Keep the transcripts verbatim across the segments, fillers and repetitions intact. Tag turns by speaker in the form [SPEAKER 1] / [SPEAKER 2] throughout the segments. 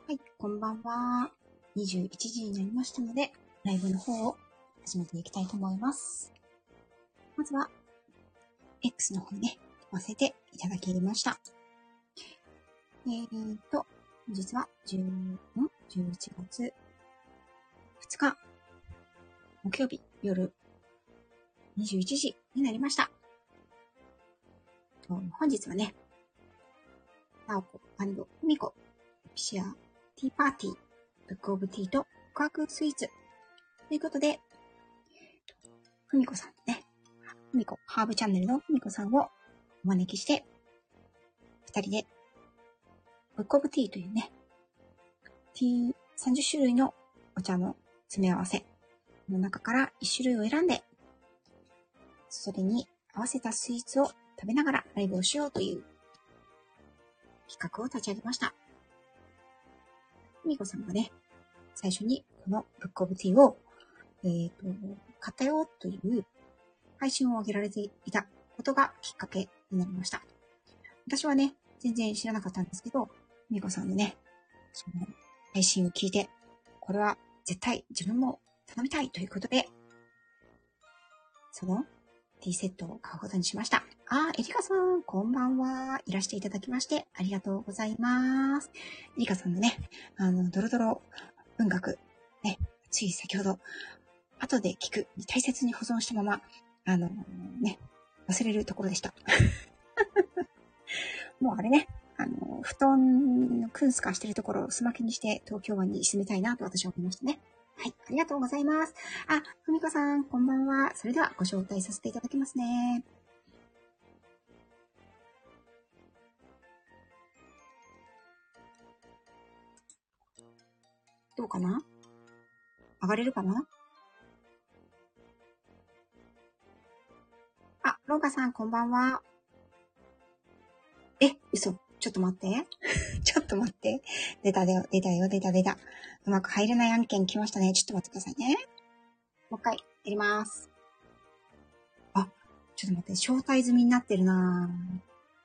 [SPEAKER 1] はい、こんばんは。にじゅういちじになりましたので、ライブの方を始めていきたいと思います。まずは、X の方にね、飛ばせていただきました。えーと、本日はじゅういちがつふつか、木曜日夜にじゅういちじになりました。本日はね、なおこ&ふみこ、シアティーパーティー、ブックオブティーと告白スイーツということで、ふみこさんね、ふみこハーブチャンネルのふみこさんをお招きして、二人でブックオブティーというね、ティーさんじゅっしゅるいのお茶の詰め合わせの中からいっしゅるいを選んで、それに合わせたスイーツを食べながらライブをしようという企画を立ち上げました。ふみこさんがね、最初にこのブックオブティーを、えーと、買ったよという配信を上げられていたことがきっかけになりました。私はね、全然知らなかったんですけど、ふみこさんのね、その配信を聞いて、これは絶対自分も頼みたいということで、そのティーセットを買うことにしました。あー、エリカさん、こんばんは。いらしていただきましてありがとうございます。エリカさんのね、あの、ドロドロ文学、ね、つい先ほど、後で聞く、大切に保存したまま、あの、ね、忘れるところでした。もうあれね、あの、布団のクンスカしてるところをスマキにして東京湾に沈めたいなと私は思いましたね。はい、ありがとうございます。あ、ふみこさん、こんばんは。それではご招待させていただきますね。どうかな？上がれるかな？あ、ローガさん、こんばんは。え、嘘。ちょっと待って。ちょっと待って。出たよ、出たよ、出た、出た。うまく入れない案件来ましたね。ちょっと待ってくださいね。もう一回、やります。あ、ちょっと待って。招待済みになってるなぁ。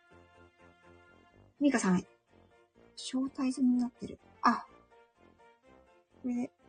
[SPEAKER 1] ミカさん、招待済みになってる。あ、これで。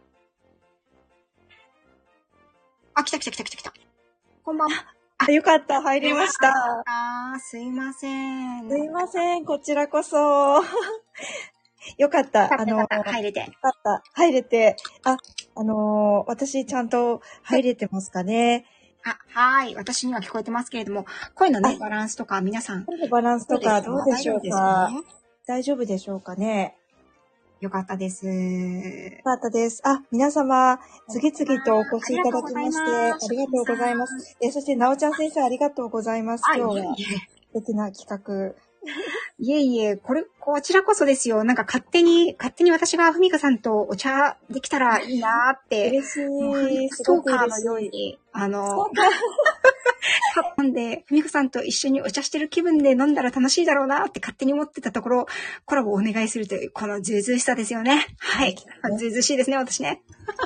[SPEAKER 1] あ、来た来た来た来た来た。こんばんは。
[SPEAKER 2] あ、よかった。入りました。
[SPEAKER 1] あ、すいません。
[SPEAKER 2] すいません。こちらこそ。よかった。
[SPEAKER 1] あの、入れて。よ
[SPEAKER 2] かった。入れて。あ、あのー、私ちゃんと入れてますかね。
[SPEAKER 1] あ、はい。私には聞こえてますけれども、声のね、バランスとか皆さん。
[SPEAKER 2] 声のバランスとかどうでしょうか。大丈夫でしょうかね。
[SPEAKER 1] よかったです。よ
[SPEAKER 2] かったです。あ、皆様、次々とお越しいただきまして、ありがとうございます。え、そして、なおちゃん先生、ありがとうございます。今日は、素敵な企画。
[SPEAKER 1] いえいえ、これ、こちらこそですよ。なんか勝手に、勝手に私がふみかさんとお茶できたらいいなーって。
[SPEAKER 2] 嬉しい。
[SPEAKER 1] ストーカーのように、あの、飲んで、ふみかさんと一緒にお茶してる気分で飲んだら楽しいだろうなって勝手に思ってたところ、コラボをお願いするという、このずうずうしさですよね。はい。ずうずうしいですね、私ね。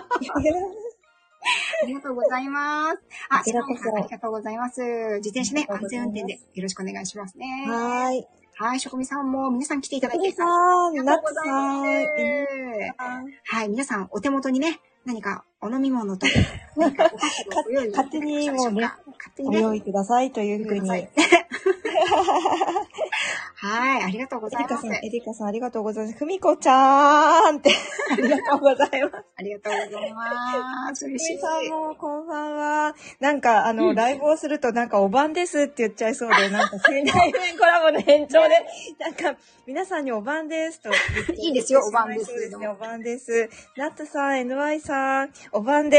[SPEAKER 1] ありがとうございます。あ、ありがとうございます。自転車ね、安全運転でよろしくお願いしますね。
[SPEAKER 2] はい。
[SPEAKER 1] はい、しょこみさんも皆さん来ていただいて。
[SPEAKER 2] しょこみさん、なつさん。
[SPEAKER 1] はい、皆さんお手元にね、何かお飲み物と
[SPEAKER 2] 勝手にもうね、ご用意くださいというふうに。
[SPEAKER 1] はい、ありがとうございます。
[SPEAKER 2] エリカさん、ありがとうございます。ふみこちゃーんって。ありがとうございます。
[SPEAKER 1] ありがとうございます。嬉しい。
[SPEAKER 2] さんも、こんばんは。なんか、あの、うん、ライブをすると、なんか、おばんですって言っちゃいそうで、なんか、仙台弁コラボの延長で、なんか、皆さんにおばんですと。
[SPEAKER 1] いいですよ、おばんです。
[SPEAKER 2] そうですね、おばんです。ナッツさん、エヌワイ さん、おばんです。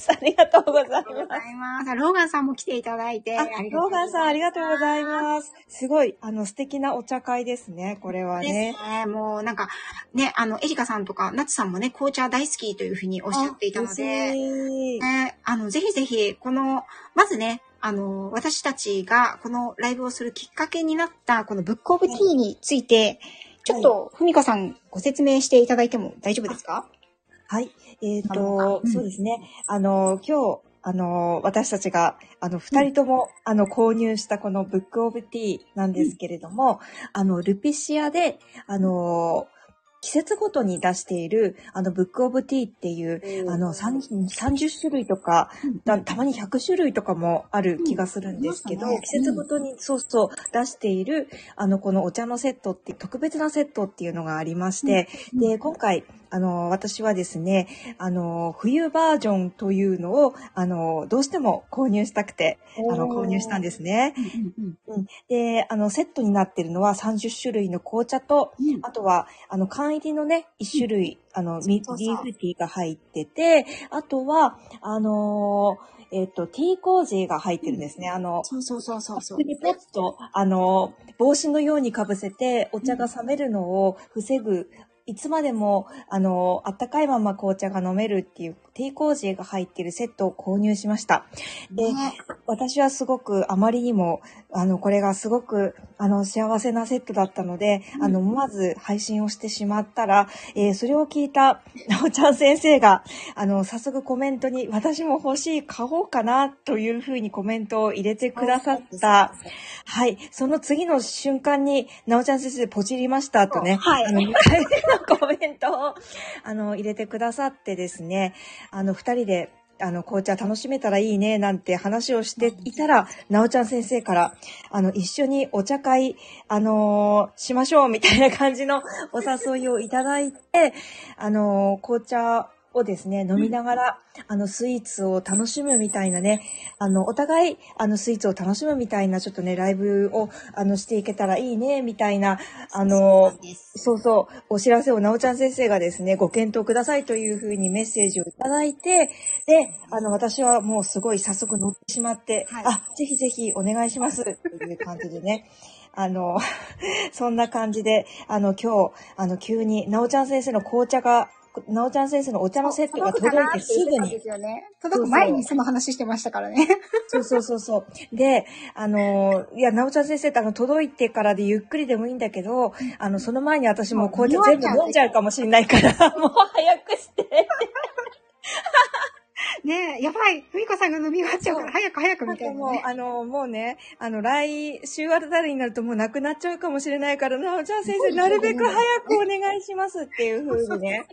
[SPEAKER 2] ありがとうございます。ありがとうござい
[SPEAKER 1] ます。ローガンさんも来ていただいて、
[SPEAKER 2] あローガンさん、ありがとうございます。すごい、あの、素敵なお茶会ですね、これはね。
[SPEAKER 1] ですね。もう、なんか、ね、あの、エリカさんとか、ナツさんもね、紅茶大好きというふうにおっしゃっていたので、ね、あの、ぜひぜひ、この、まずね、あの、私たちがこのライブをするきっかけになった、このブックオブティーについて、はい、ちょっと、ふみかさん、ご説明していただいても大丈夫ですか？
[SPEAKER 2] はい。えっと、うん、そうですね。あの、今日、あの、私たちが、あの、二人とも、うん、あの、購入したこのブックオブティーなんですけれども、うん、あの、ルピシアで、あの、 季節ごとに出している、あの、ブックオブティーっていう、あの、さんじゅっしゅるいとか、たたまにひゃくしゅるいとかもある気がするんですけど、
[SPEAKER 1] うん
[SPEAKER 2] 季節ごとに、そうそう、出している、あの、このお茶のセットって、特別なセットっていうのがありまして、
[SPEAKER 1] うん
[SPEAKER 2] で、今回、あの、私はですね、あの、冬バージョンというのを、あの、どうしても購入したくて、あの、購入したんですね。
[SPEAKER 1] うんうん
[SPEAKER 2] うん、で、あの、セットになっているのはさんじゅっしゅるいの紅茶と、
[SPEAKER 1] うん
[SPEAKER 2] あとは、あの、缶入りのね、いっしゅるい、あの、ミ
[SPEAKER 1] そうそう
[SPEAKER 2] リーフティーが入ってて、あとは、あのーえっ、と、ティーコージーが入ってるんですね。あの、
[SPEAKER 1] そうそうそうそうそう。
[SPEAKER 2] にポッと、あの、帽子のようにかぶせて、お茶が冷めるのを防ぐ、いつまでも、あの、あったかいまま紅茶が飲めるっていう、ティーコージーが入っているセットを購入しました。で、
[SPEAKER 1] ね、
[SPEAKER 2] 私はすごく、あまりにも、あの、これがすごく、あの、幸せなセットだったので、
[SPEAKER 1] うん
[SPEAKER 2] あの、思わず配信をしてしまったら、えーそれを聞いた、なおちゃん先生が、あの、早速コメントに、私も欲しい、買おうかな、というふうにコメントを入れてくださった。はい。その次の瞬間に、なおちゃん先生、ポチりましたとね、
[SPEAKER 1] はい
[SPEAKER 2] あの、にかいめのコメントを、あの、入れてくださってですね、あの、二人で、あの、紅茶楽しめたらいいね、なんて話をしていたら、なおちゃん先生から、あの、一緒にお茶会、あのーしましょう、みたいな感じのお誘いをいただいて、あのー紅茶をですね、飲みながら、あの、スイーツを楽しむみたいなね、あの、お互い、あの、スイーツを楽しむみたいな、ちょっとね、ライブを、あの、していけたらいいね、みたいな、あのーそうそう、お知らせをなおちゃん先生がですね、ご検討くださいというふうにメッセージをいただいて、で、あの、私はもうすごい早速乗ってしまって、
[SPEAKER 1] はい
[SPEAKER 2] あ、ぜひぜひお願いします、という感じでね、あの、そんな感じで、あの、今日、あの、急に、なおちゃん先生の紅茶が、なおちゃん先生のお茶のセットが届いてすぐに、
[SPEAKER 1] 届く前にその話してましたからね。
[SPEAKER 2] そうそうそうそう。で、あの、いや、なおちゃん先生ってあの、届いてからでゆっくりでもいいんだけど、あの、その前に私もう紅茶全部飲んじゃうかもしれないから、もう早くして。
[SPEAKER 1] ねえ、やばい。ふみこさんが飲み終わっちゃうから、早く早くみたいな、ね。
[SPEAKER 2] もう、あの、もうね、あの、来週あたりになるともうなくなっちゃうかもしれないから、なおちゃん先生、なるべく早くお願いしますっていう風にね。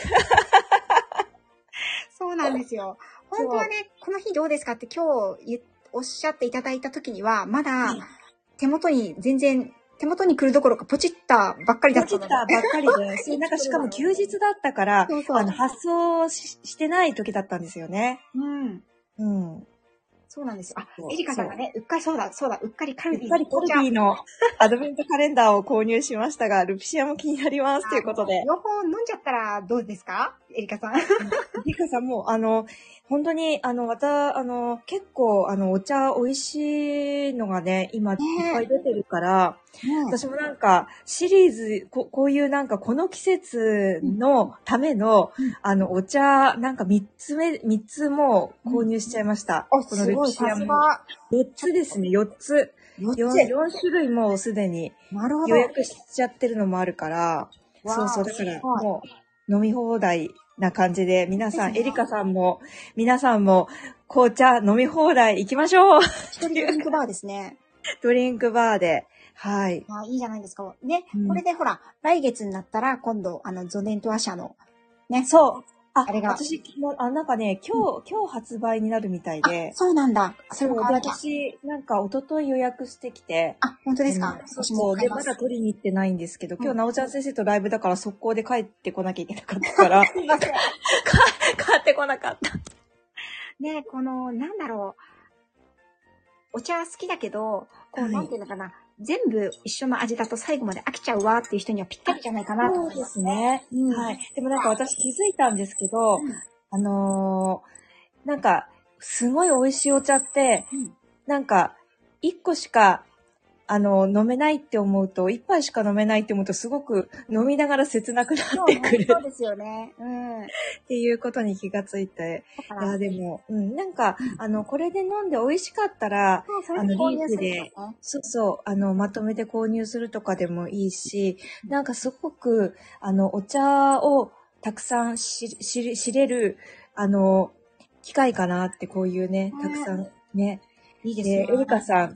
[SPEAKER 1] そうなんですよ。本当はね、この日どうですかって今日おっしゃっていただいた時には、まだ手元に全然、手元に来るどころかポチったばっかりだったので。
[SPEAKER 2] ポチったばっかりで、なんかしかも休日だったから、
[SPEAKER 1] そうそう
[SPEAKER 2] あの、発送 し, してない時だったんですよね。
[SPEAKER 1] うん。
[SPEAKER 2] うん。
[SPEAKER 1] そうなんですよ。あ
[SPEAKER 2] そ、う
[SPEAKER 1] エリカさんがね、うっかりそうだ、そうだ、うっかりカルビー。
[SPEAKER 2] うっかりカルビーのアドベントカレンダーを購入しましたが、ルピシアも気になりますということで。
[SPEAKER 1] 両方飲んじゃったらどうですかエリカさん。エ
[SPEAKER 2] リカさんも、あの、本当に、あの、また、あの、結構、あの、お茶美味しいのがね、今、いっぱい出てるから、
[SPEAKER 1] ね、
[SPEAKER 2] 私もなんか、シリーズこ、こういうなんか、この季節のための、うん、あの、お茶、なんか三つ目、三つも購入しちゃいました。
[SPEAKER 1] うん、
[SPEAKER 2] このルピシアも。四つですね、四つ。四つ。四種類もうすでに予約しちゃってるのもあるから、そうそう、だからもう飲み放題な感じで、皆さん、エリカさんも、皆さんも紅茶飲み放題行きましょう。
[SPEAKER 1] 一人ドリンクバーですね。
[SPEAKER 2] ドリンクバーで。はい。
[SPEAKER 1] まあいいじゃないですか。ね、うん、これでほら、来月になったら今度、あの、ゾネントア社の、ね。
[SPEAKER 2] そう。あ、
[SPEAKER 1] あれが。
[SPEAKER 2] 私、あ、なんかね、今日、うん、今日発売になるみたいで。
[SPEAKER 1] そうなんだ。
[SPEAKER 2] それも私、なんか一昨日予約してきて。
[SPEAKER 1] あ、本当ですか、
[SPEAKER 2] うん、そうそう。で、まだ取りに行ってないんですけど、今日、なおちゃん先生とライブだから速攻で帰ってこなきゃいけなかったから。すいません。買ってこなかった。
[SPEAKER 1] ね、この、なんだろう。お茶好きだけど、こう、はい、なんていうのかな。全部一緒の味だと最後まで飽きちゃうわっていう人にはぴったりじゃないかなと思います。
[SPEAKER 2] そうですね。うん、はい。でもなんか私気づいたんですけど、うん、あのー、なんか、すごい美味しいお茶って、うん、なんか、一個しか、あの、飲めないって思うと、一杯しか飲めないって思うと、すごく飲みながら切なくなってくる。
[SPEAKER 1] そうですよね。うん。
[SPEAKER 2] っていうことに気がついて。いや、でも、うん、なんか、うん、あの、これで飲んで美味しかったら、あの、リーフで、そうそう、あの、まとめて購入するとかでもいいし、なんかすごく、あの、お茶をたくさん知、知、知れる、あの、機会かなって、こういうね、たくさんね。
[SPEAKER 1] いいですね。
[SPEAKER 2] エリカさん、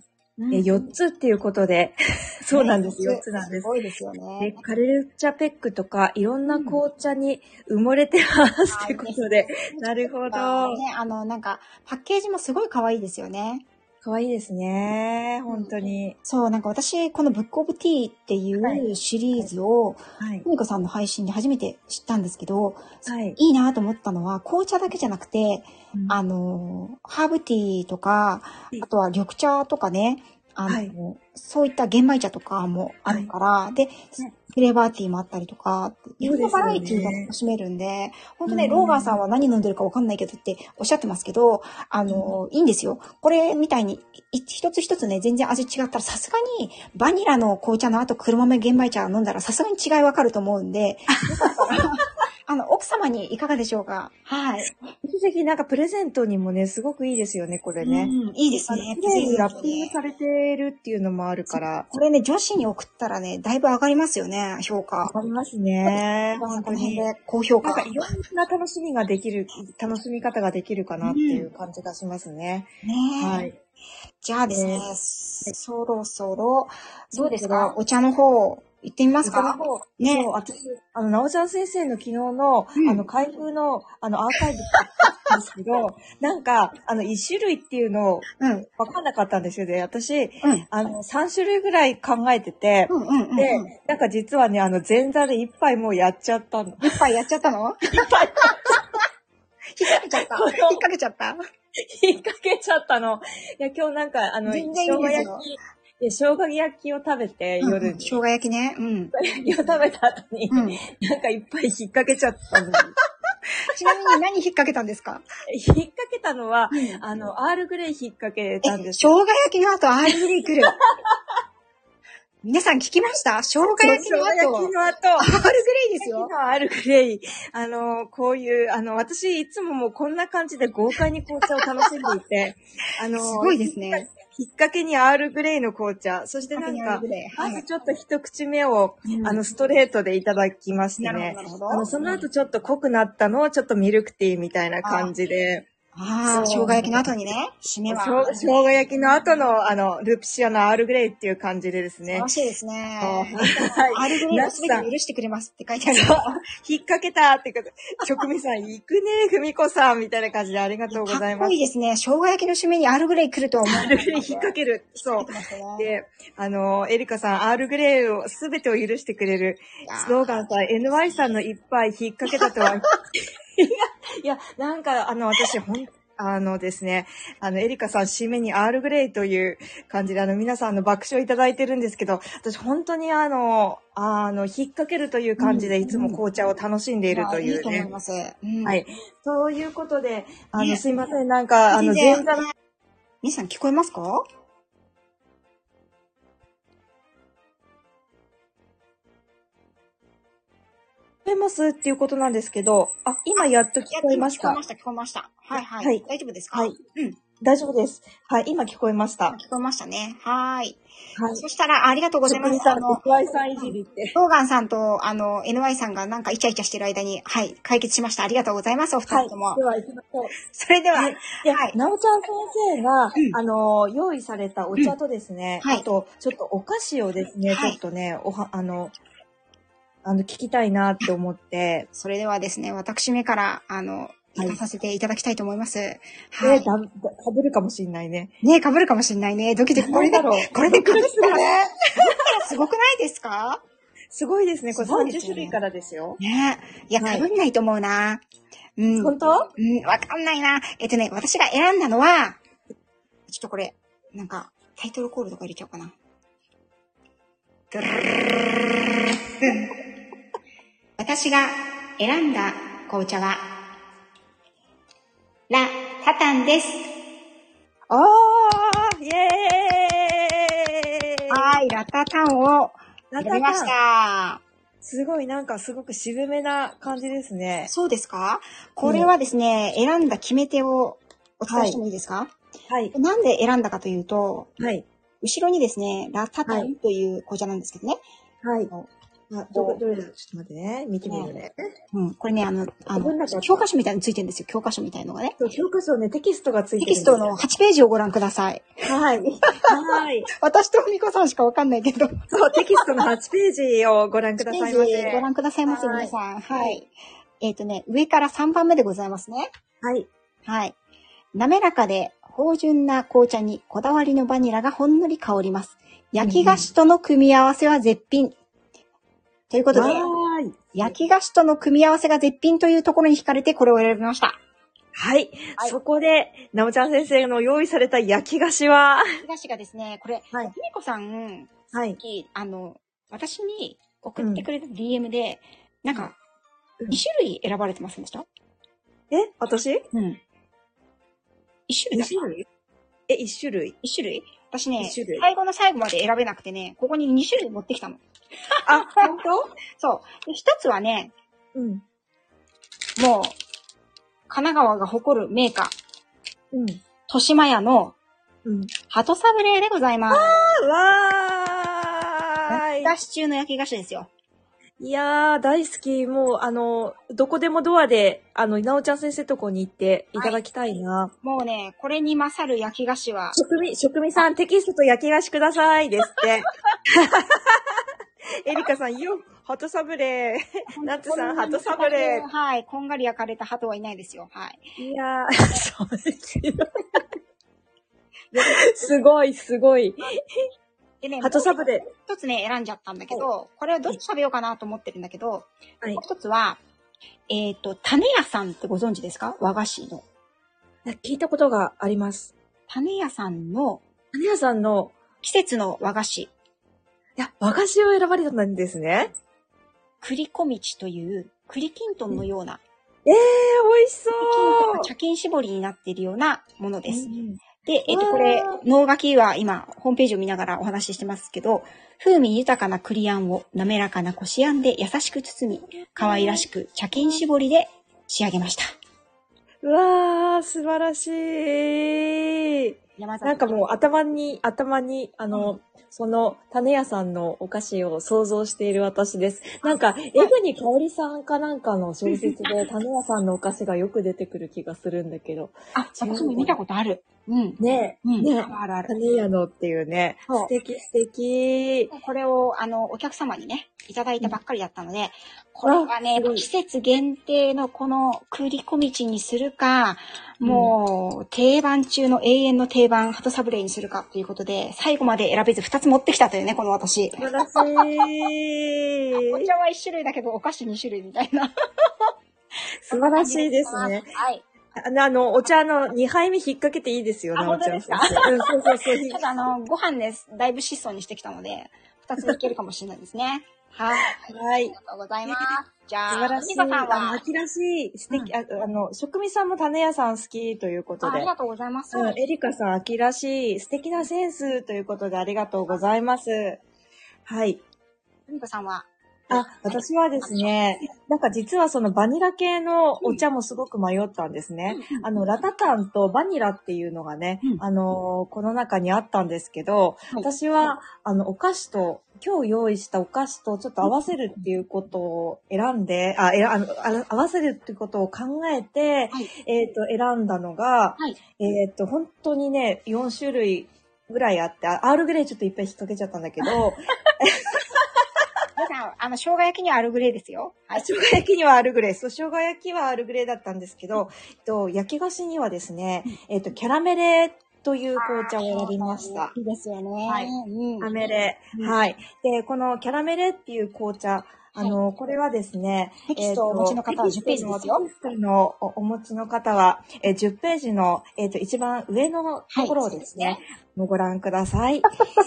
[SPEAKER 2] えよっつっていうことで、そうなんです、よっつなんです。
[SPEAKER 1] すごいですよね。
[SPEAKER 2] で、カルチャペックとか、いろんな紅茶に埋もれてますってことで、なるほど。
[SPEAKER 1] ね、あの、なんか、パッケージもすごい可愛いですよね。
[SPEAKER 2] 可愛いですね。本当に。
[SPEAKER 1] そう、なんか私、このブックオブティーっていうシリーズを、
[SPEAKER 2] はい。
[SPEAKER 1] ふみこさんの配信で初めて知ったんですけど、
[SPEAKER 2] はい。
[SPEAKER 1] いいなと思ったのは、紅茶だけじゃなくて、
[SPEAKER 2] うん
[SPEAKER 1] あの、ハーブティーとか、あとは緑茶とかね、あの、
[SPEAKER 2] はい、
[SPEAKER 1] そういった玄米茶とかもあるから、はい、で、フレーバーティーもあったりとか、いろんなバラエティーが楽しめるんで、本当ね、ローガンさんは何飲んでるかわかんないけどっておっしゃってますけど、あの、いいんですよ。これみたいに、一つ一つね、全然味違ったら、さすがに、バニラの紅茶の後、黒豆玄米茶を飲んだら、さすがに違いわかると思うんで、よかったら、あの、奥様にいかがでしょうか？はい。ぜ
[SPEAKER 2] ひぜひなんかプレゼントにもね、すごくいいですよね、これね。
[SPEAKER 1] うん、いいですね。
[SPEAKER 2] 綺麗にラッピングされてるっていうのもあるから。
[SPEAKER 1] これね、女子に送ったらね、だいぶ上がりますよね、評価。
[SPEAKER 2] 上がりますね。
[SPEAKER 1] 本当に。高評価。
[SPEAKER 2] なんかいろんな楽しみができる、楽しみ方ができるかなっていう感じがしますね。
[SPEAKER 1] うん、ねえ。はい。じゃあですね、えー、そろそろ、どうですか？お茶の方。行ってみますか？
[SPEAKER 2] ね。そう、私、あの、なおちゃん先生の昨日の、うん、あの、開封の、あの、アーカイブなんですけど、なんか、あの、一種類っていうのを、わかんなかったんですよね。私、うん、あの、三種類ぐらい考えてて、うんうんうんうん、で、なんか実はね、あの、前座で一杯もうやっちゃったの。
[SPEAKER 1] 一杯やっちゃったの？一杯。引っ掛けちゃった。引っ掛けちゃった。
[SPEAKER 2] 引っ掛けちゃったの。いや、今日なんか、あの、生姜焼き、で、生姜焼きを食べて、夜に、うん。
[SPEAKER 1] 生姜焼きね。うん。
[SPEAKER 2] 生姜焼きを食べた後に、うん、なんかいっぱい引っ掛けちゃったの。
[SPEAKER 1] ちなみに何引っ掛けたんですか？
[SPEAKER 2] 引っ掛けたのは、うん、あの、アールグレイ引っ掛けたんです。
[SPEAKER 1] 生姜焼きの後アールグレイ来る。皆さん聞きました？生姜焼きの後。
[SPEAKER 2] 生姜焼きの後。
[SPEAKER 1] アールグレイですよ。
[SPEAKER 2] アールグレイ。あの、こういう、あの、私いつももうこんな感じで豪快に紅茶を楽しんでいて、あの、
[SPEAKER 1] すごいですね。
[SPEAKER 2] 引っ掛けにアールグレイの紅茶。そしてなんか、まずちょっと一口目を、うん、あの、ストレートでいただきましてね。なるほど。あの、その後ちょっと濃くなったのをちょっとミルクティーみたいな感じで。
[SPEAKER 1] ああ、生姜焼きの後にね、締めは。
[SPEAKER 2] 生姜焼きの後の、あの、ルピシアのアールグレイっていう感じでですね。
[SPEAKER 1] 楽しいですね。アールグレイをすべて許してくれますって書いてある。
[SPEAKER 2] 引っ掛けたっていうか、職味さん、行くね、ふみこさん、みたいな感じでありがとうございます。かっこ
[SPEAKER 1] いいですね。生姜焼きの締めにアールグレイ来るとは思う。
[SPEAKER 2] アールグレイ引っ掛ける。そう。で、あの、エリカさん、アールグレイをすべてを許してくれる、スローガンさん、エヌワイ さんの一杯引っ掛けたとは。いや、いや、なんか、あの、私、ほんあのですね、あの、エリカさん、締めにアールグレイという感じで、あの、皆さんの爆笑いただいてるんですけど、私、本当にあの、あの、引っ掛けるという感じで、いつも紅茶を楽しんでいるというね。いいと思
[SPEAKER 1] います。うん、
[SPEAKER 2] はい。そういうことで、あの、ね、すいません、なんか、あの、前座の。
[SPEAKER 1] 皆さん聞こえますか？
[SPEAKER 2] 聞こえますっていうことなんですけど、あ、今やっと聞こえました。
[SPEAKER 1] 聞こえました、聞こえました。はいはい。はい、大丈夫ですか？
[SPEAKER 2] はい。うん。大丈夫です。はい、今聞こえました。
[SPEAKER 1] 聞こえましたね。はい。はい。そしたら、ありがとうございます。
[SPEAKER 2] あの、エヌワイ さんいじりって。
[SPEAKER 1] ローガンさんと、あの、エヌワイ さんがなんかイチャイチャしてる間に、はい、解決しました。ありがとうございます、お二人とも。
[SPEAKER 2] はい、では行きましょう。
[SPEAKER 1] それでは、はい。
[SPEAKER 2] いや、はい、なおちゃん先生が、うん、あの、用意されたお茶とですね、うん、はい、あと、ちょっとお菓子をですね、はい、ちょっとね、おは、あの、あの、聞きたいなって思って。
[SPEAKER 1] それではですね、私目から、あの、行かさせていただきたいと思います。はい。
[SPEAKER 2] はい、えー、だ、かぶるかもしんないね。
[SPEAKER 1] ねえ、かぶるかもしんないね。ドキドキ。これで、これでかぶったらね。すごくないですか？
[SPEAKER 2] すごいですね。これさんじゅっしゅるいからですよ。
[SPEAKER 1] ねえ。いや、かぶんないと思うな。
[SPEAKER 2] うん。本当？
[SPEAKER 1] うん、わかんないな。えっとね、私が選んだのは、ちょっとこれ、なんか、タイトルコールとか入れちゃおうかな。ドゥルルルルル私が選んだ紅茶は、ラ・タタンです。
[SPEAKER 2] あー、イェーイ。
[SPEAKER 1] はい、ラ・タタンを選びました。
[SPEAKER 2] すごい、なんかすごく渋めな感じですね。
[SPEAKER 1] そうですか？これはですね、うん、選んだ決め手をお伝えしてもいいですか？
[SPEAKER 2] はい。
[SPEAKER 1] なんで選んだかというと、
[SPEAKER 2] はい。
[SPEAKER 1] 後ろにですね、ラ・タタンという紅茶なんですけどね。
[SPEAKER 2] はい。 あ、どこ、どれだちょっと待ってね。見てみるね。
[SPEAKER 1] うん。これね、あの、あの、教科書みたいについてるんですよ。教科書みたいのがね。
[SPEAKER 2] そう、教科書ね、テキストがついてる。
[SPEAKER 1] テキストのはちページをご覧ください。
[SPEAKER 2] はい。はい。
[SPEAKER 1] 私とみこさんしかわかんないけど。
[SPEAKER 2] そう、テキストのはちページをご覧くださいませ。
[SPEAKER 1] ご覧くださいませ、皆さん。はい。えっとね、上からさんばんめでございますね。
[SPEAKER 2] はい。
[SPEAKER 1] はい。滑らかで芳醇な紅茶にこだわりのバニラがほんのり香ります。焼き菓子との組み合わせは絶品。うん、ということで、焼き菓子との組み合わせが絶品というところに惹かれてこれを選びました。
[SPEAKER 2] はい。はい、そこで、なおちゃん先生の用意された焼き菓子は
[SPEAKER 1] 焼き菓子がですね、これ、はい、ひみこさん、
[SPEAKER 2] はい、
[SPEAKER 1] あの、私に送ってくれた ディーエム で、うん、なんか、に種類選ばれてませんでした？
[SPEAKER 2] え私
[SPEAKER 1] うん。一種類だった？
[SPEAKER 2] 種類え、一種類
[SPEAKER 1] 一種類私ね、最後の最後まで選べなくてね、ここにに種類持ってきたの。
[SPEAKER 2] あ、本当？
[SPEAKER 1] そう。一つはね、
[SPEAKER 2] うん。
[SPEAKER 1] もう、神奈川が誇るメーカー。
[SPEAKER 2] うん。
[SPEAKER 1] 豊島屋の、
[SPEAKER 2] うん。
[SPEAKER 1] 鳩サブレーでございます。
[SPEAKER 2] あー、わーい。
[SPEAKER 1] 焼き菓子中の焼き菓子ですよ。
[SPEAKER 2] いやー、大好き。もう、あの、どこでもドアで、あの、なおちゃん先生とこに行っていただきたいな。はい、
[SPEAKER 1] もうね、これに勝る焼き菓子は。
[SPEAKER 2] 職味、職味さん、テキストと焼き菓子ください。ですって。エリカさん、よ、鳩サブレー。ナッツさん、鳩サブレー。
[SPEAKER 1] はい。こんがり焼かれた鳩はいないですよ。はい。
[SPEAKER 2] いやー、そうですよ。すごい、すごい。
[SPEAKER 1] でね、
[SPEAKER 2] 鳩サブレー。
[SPEAKER 1] 一つね、選んじゃったんだけど、はい、これはどっち食べようかなと思ってるんだけど、はい、もう一つは、えっと、種屋さんってご存知ですか？和菓子の。
[SPEAKER 2] 聞いたことがあります。
[SPEAKER 1] 種屋さんの、
[SPEAKER 2] 種屋さんの
[SPEAKER 1] 季節の和菓子。い
[SPEAKER 2] や、和菓子を選ばれたんですね。
[SPEAKER 1] 栗小道という栗きんとんのような。
[SPEAKER 2] ええー、美味しそう。
[SPEAKER 1] 茶巾絞りになっているようなものです。うん、で、えっと、これ、脳書きは今、ホームページを見ながらお話ししてますけど、風味豊かな栗あんを滑らかなこしあんで優しく包み、可愛らしく茶巾絞りで仕上げました。
[SPEAKER 2] うわー、素晴らしい。なんかもう頭に、頭に、あの、うん、その種屋さんのお菓子を想像している私です。なんか、江国香織さんかなんかの小説で種屋さんのお菓子がよく出てくる気がするんだけど。
[SPEAKER 1] あ、私も見たことある。
[SPEAKER 2] うん。ねえ、うん、ねえ、あるある。種屋のっていうね。素敵素敵。
[SPEAKER 1] これを、あの、お客様にね、いただいたばっかりだったので、うん、これはね、季節限定のこの栗小道にするか、もう、定番中の永遠の定番、鳩サブレーにするかということで、最後まで選べずふたつ持ってきたというね、この私。
[SPEAKER 2] 素晴らしい。
[SPEAKER 1] お茶はいち種類だけど、お菓子に種類みたいな。
[SPEAKER 2] 素晴らしいですね。
[SPEAKER 1] はい。
[SPEAKER 2] あの、あのお茶のにはいめ引っ掛けていいですよ、
[SPEAKER 1] なおちゃん。ですか？うん、そうそうそう。ただ、あの、ご飯ね、だいぶ質素にしてきたので、ふたついけるかもしれないですね。はい。はい。ありがとうございます。じゃあ、
[SPEAKER 2] 素晴らしい。
[SPEAKER 1] さんは。
[SPEAKER 2] 秋らしい。素敵、うん、あ, あの、食味さんも種屋さん好きということで。
[SPEAKER 1] ありがとうございます。
[SPEAKER 2] うん、エリカさん、秋らしい。素敵なセンスということでありがとうございます。はい。
[SPEAKER 1] エリカさんは。
[SPEAKER 2] あ、私はですね、なんか実はそのバニラ系のお茶もすごく迷ったんですね。うん、あの、ラタタンとバニラっていうのがね、うん、あの、この中にあったんですけど、はい、私は、あの、お菓子と、今日用意したお菓子とちょっと合わせるっていうことを選んで、あ、えあの合わせるっていうことを考えて、はい、えっと、選んだのが、はい、えっと、本当にね、よん種類ぐらいあって、アールグレイちょっといっぱい引っ掛けちゃったんだけど、
[SPEAKER 1] あの、生姜焼きにはアールグレイですよ。
[SPEAKER 2] はい。生姜焼きにはアールグレイ。そう、生姜焼きはアールグレイだったんですけど、えっと、焼き菓子にはですね、えっと、キャラメレという紅茶を選びました。
[SPEAKER 1] いいですよね。
[SPEAKER 2] はい。キャラメレ。はい。で、このキャラメレっていう紅茶、あの、はい、これはですね、
[SPEAKER 1] テキストをお持ちの方はじゅっページですよ。
[SPEAKER 2] テキストのお持ちの方は、えー、じゅっページの、えっと、一番上のところをですね、はい、もうご覧ください。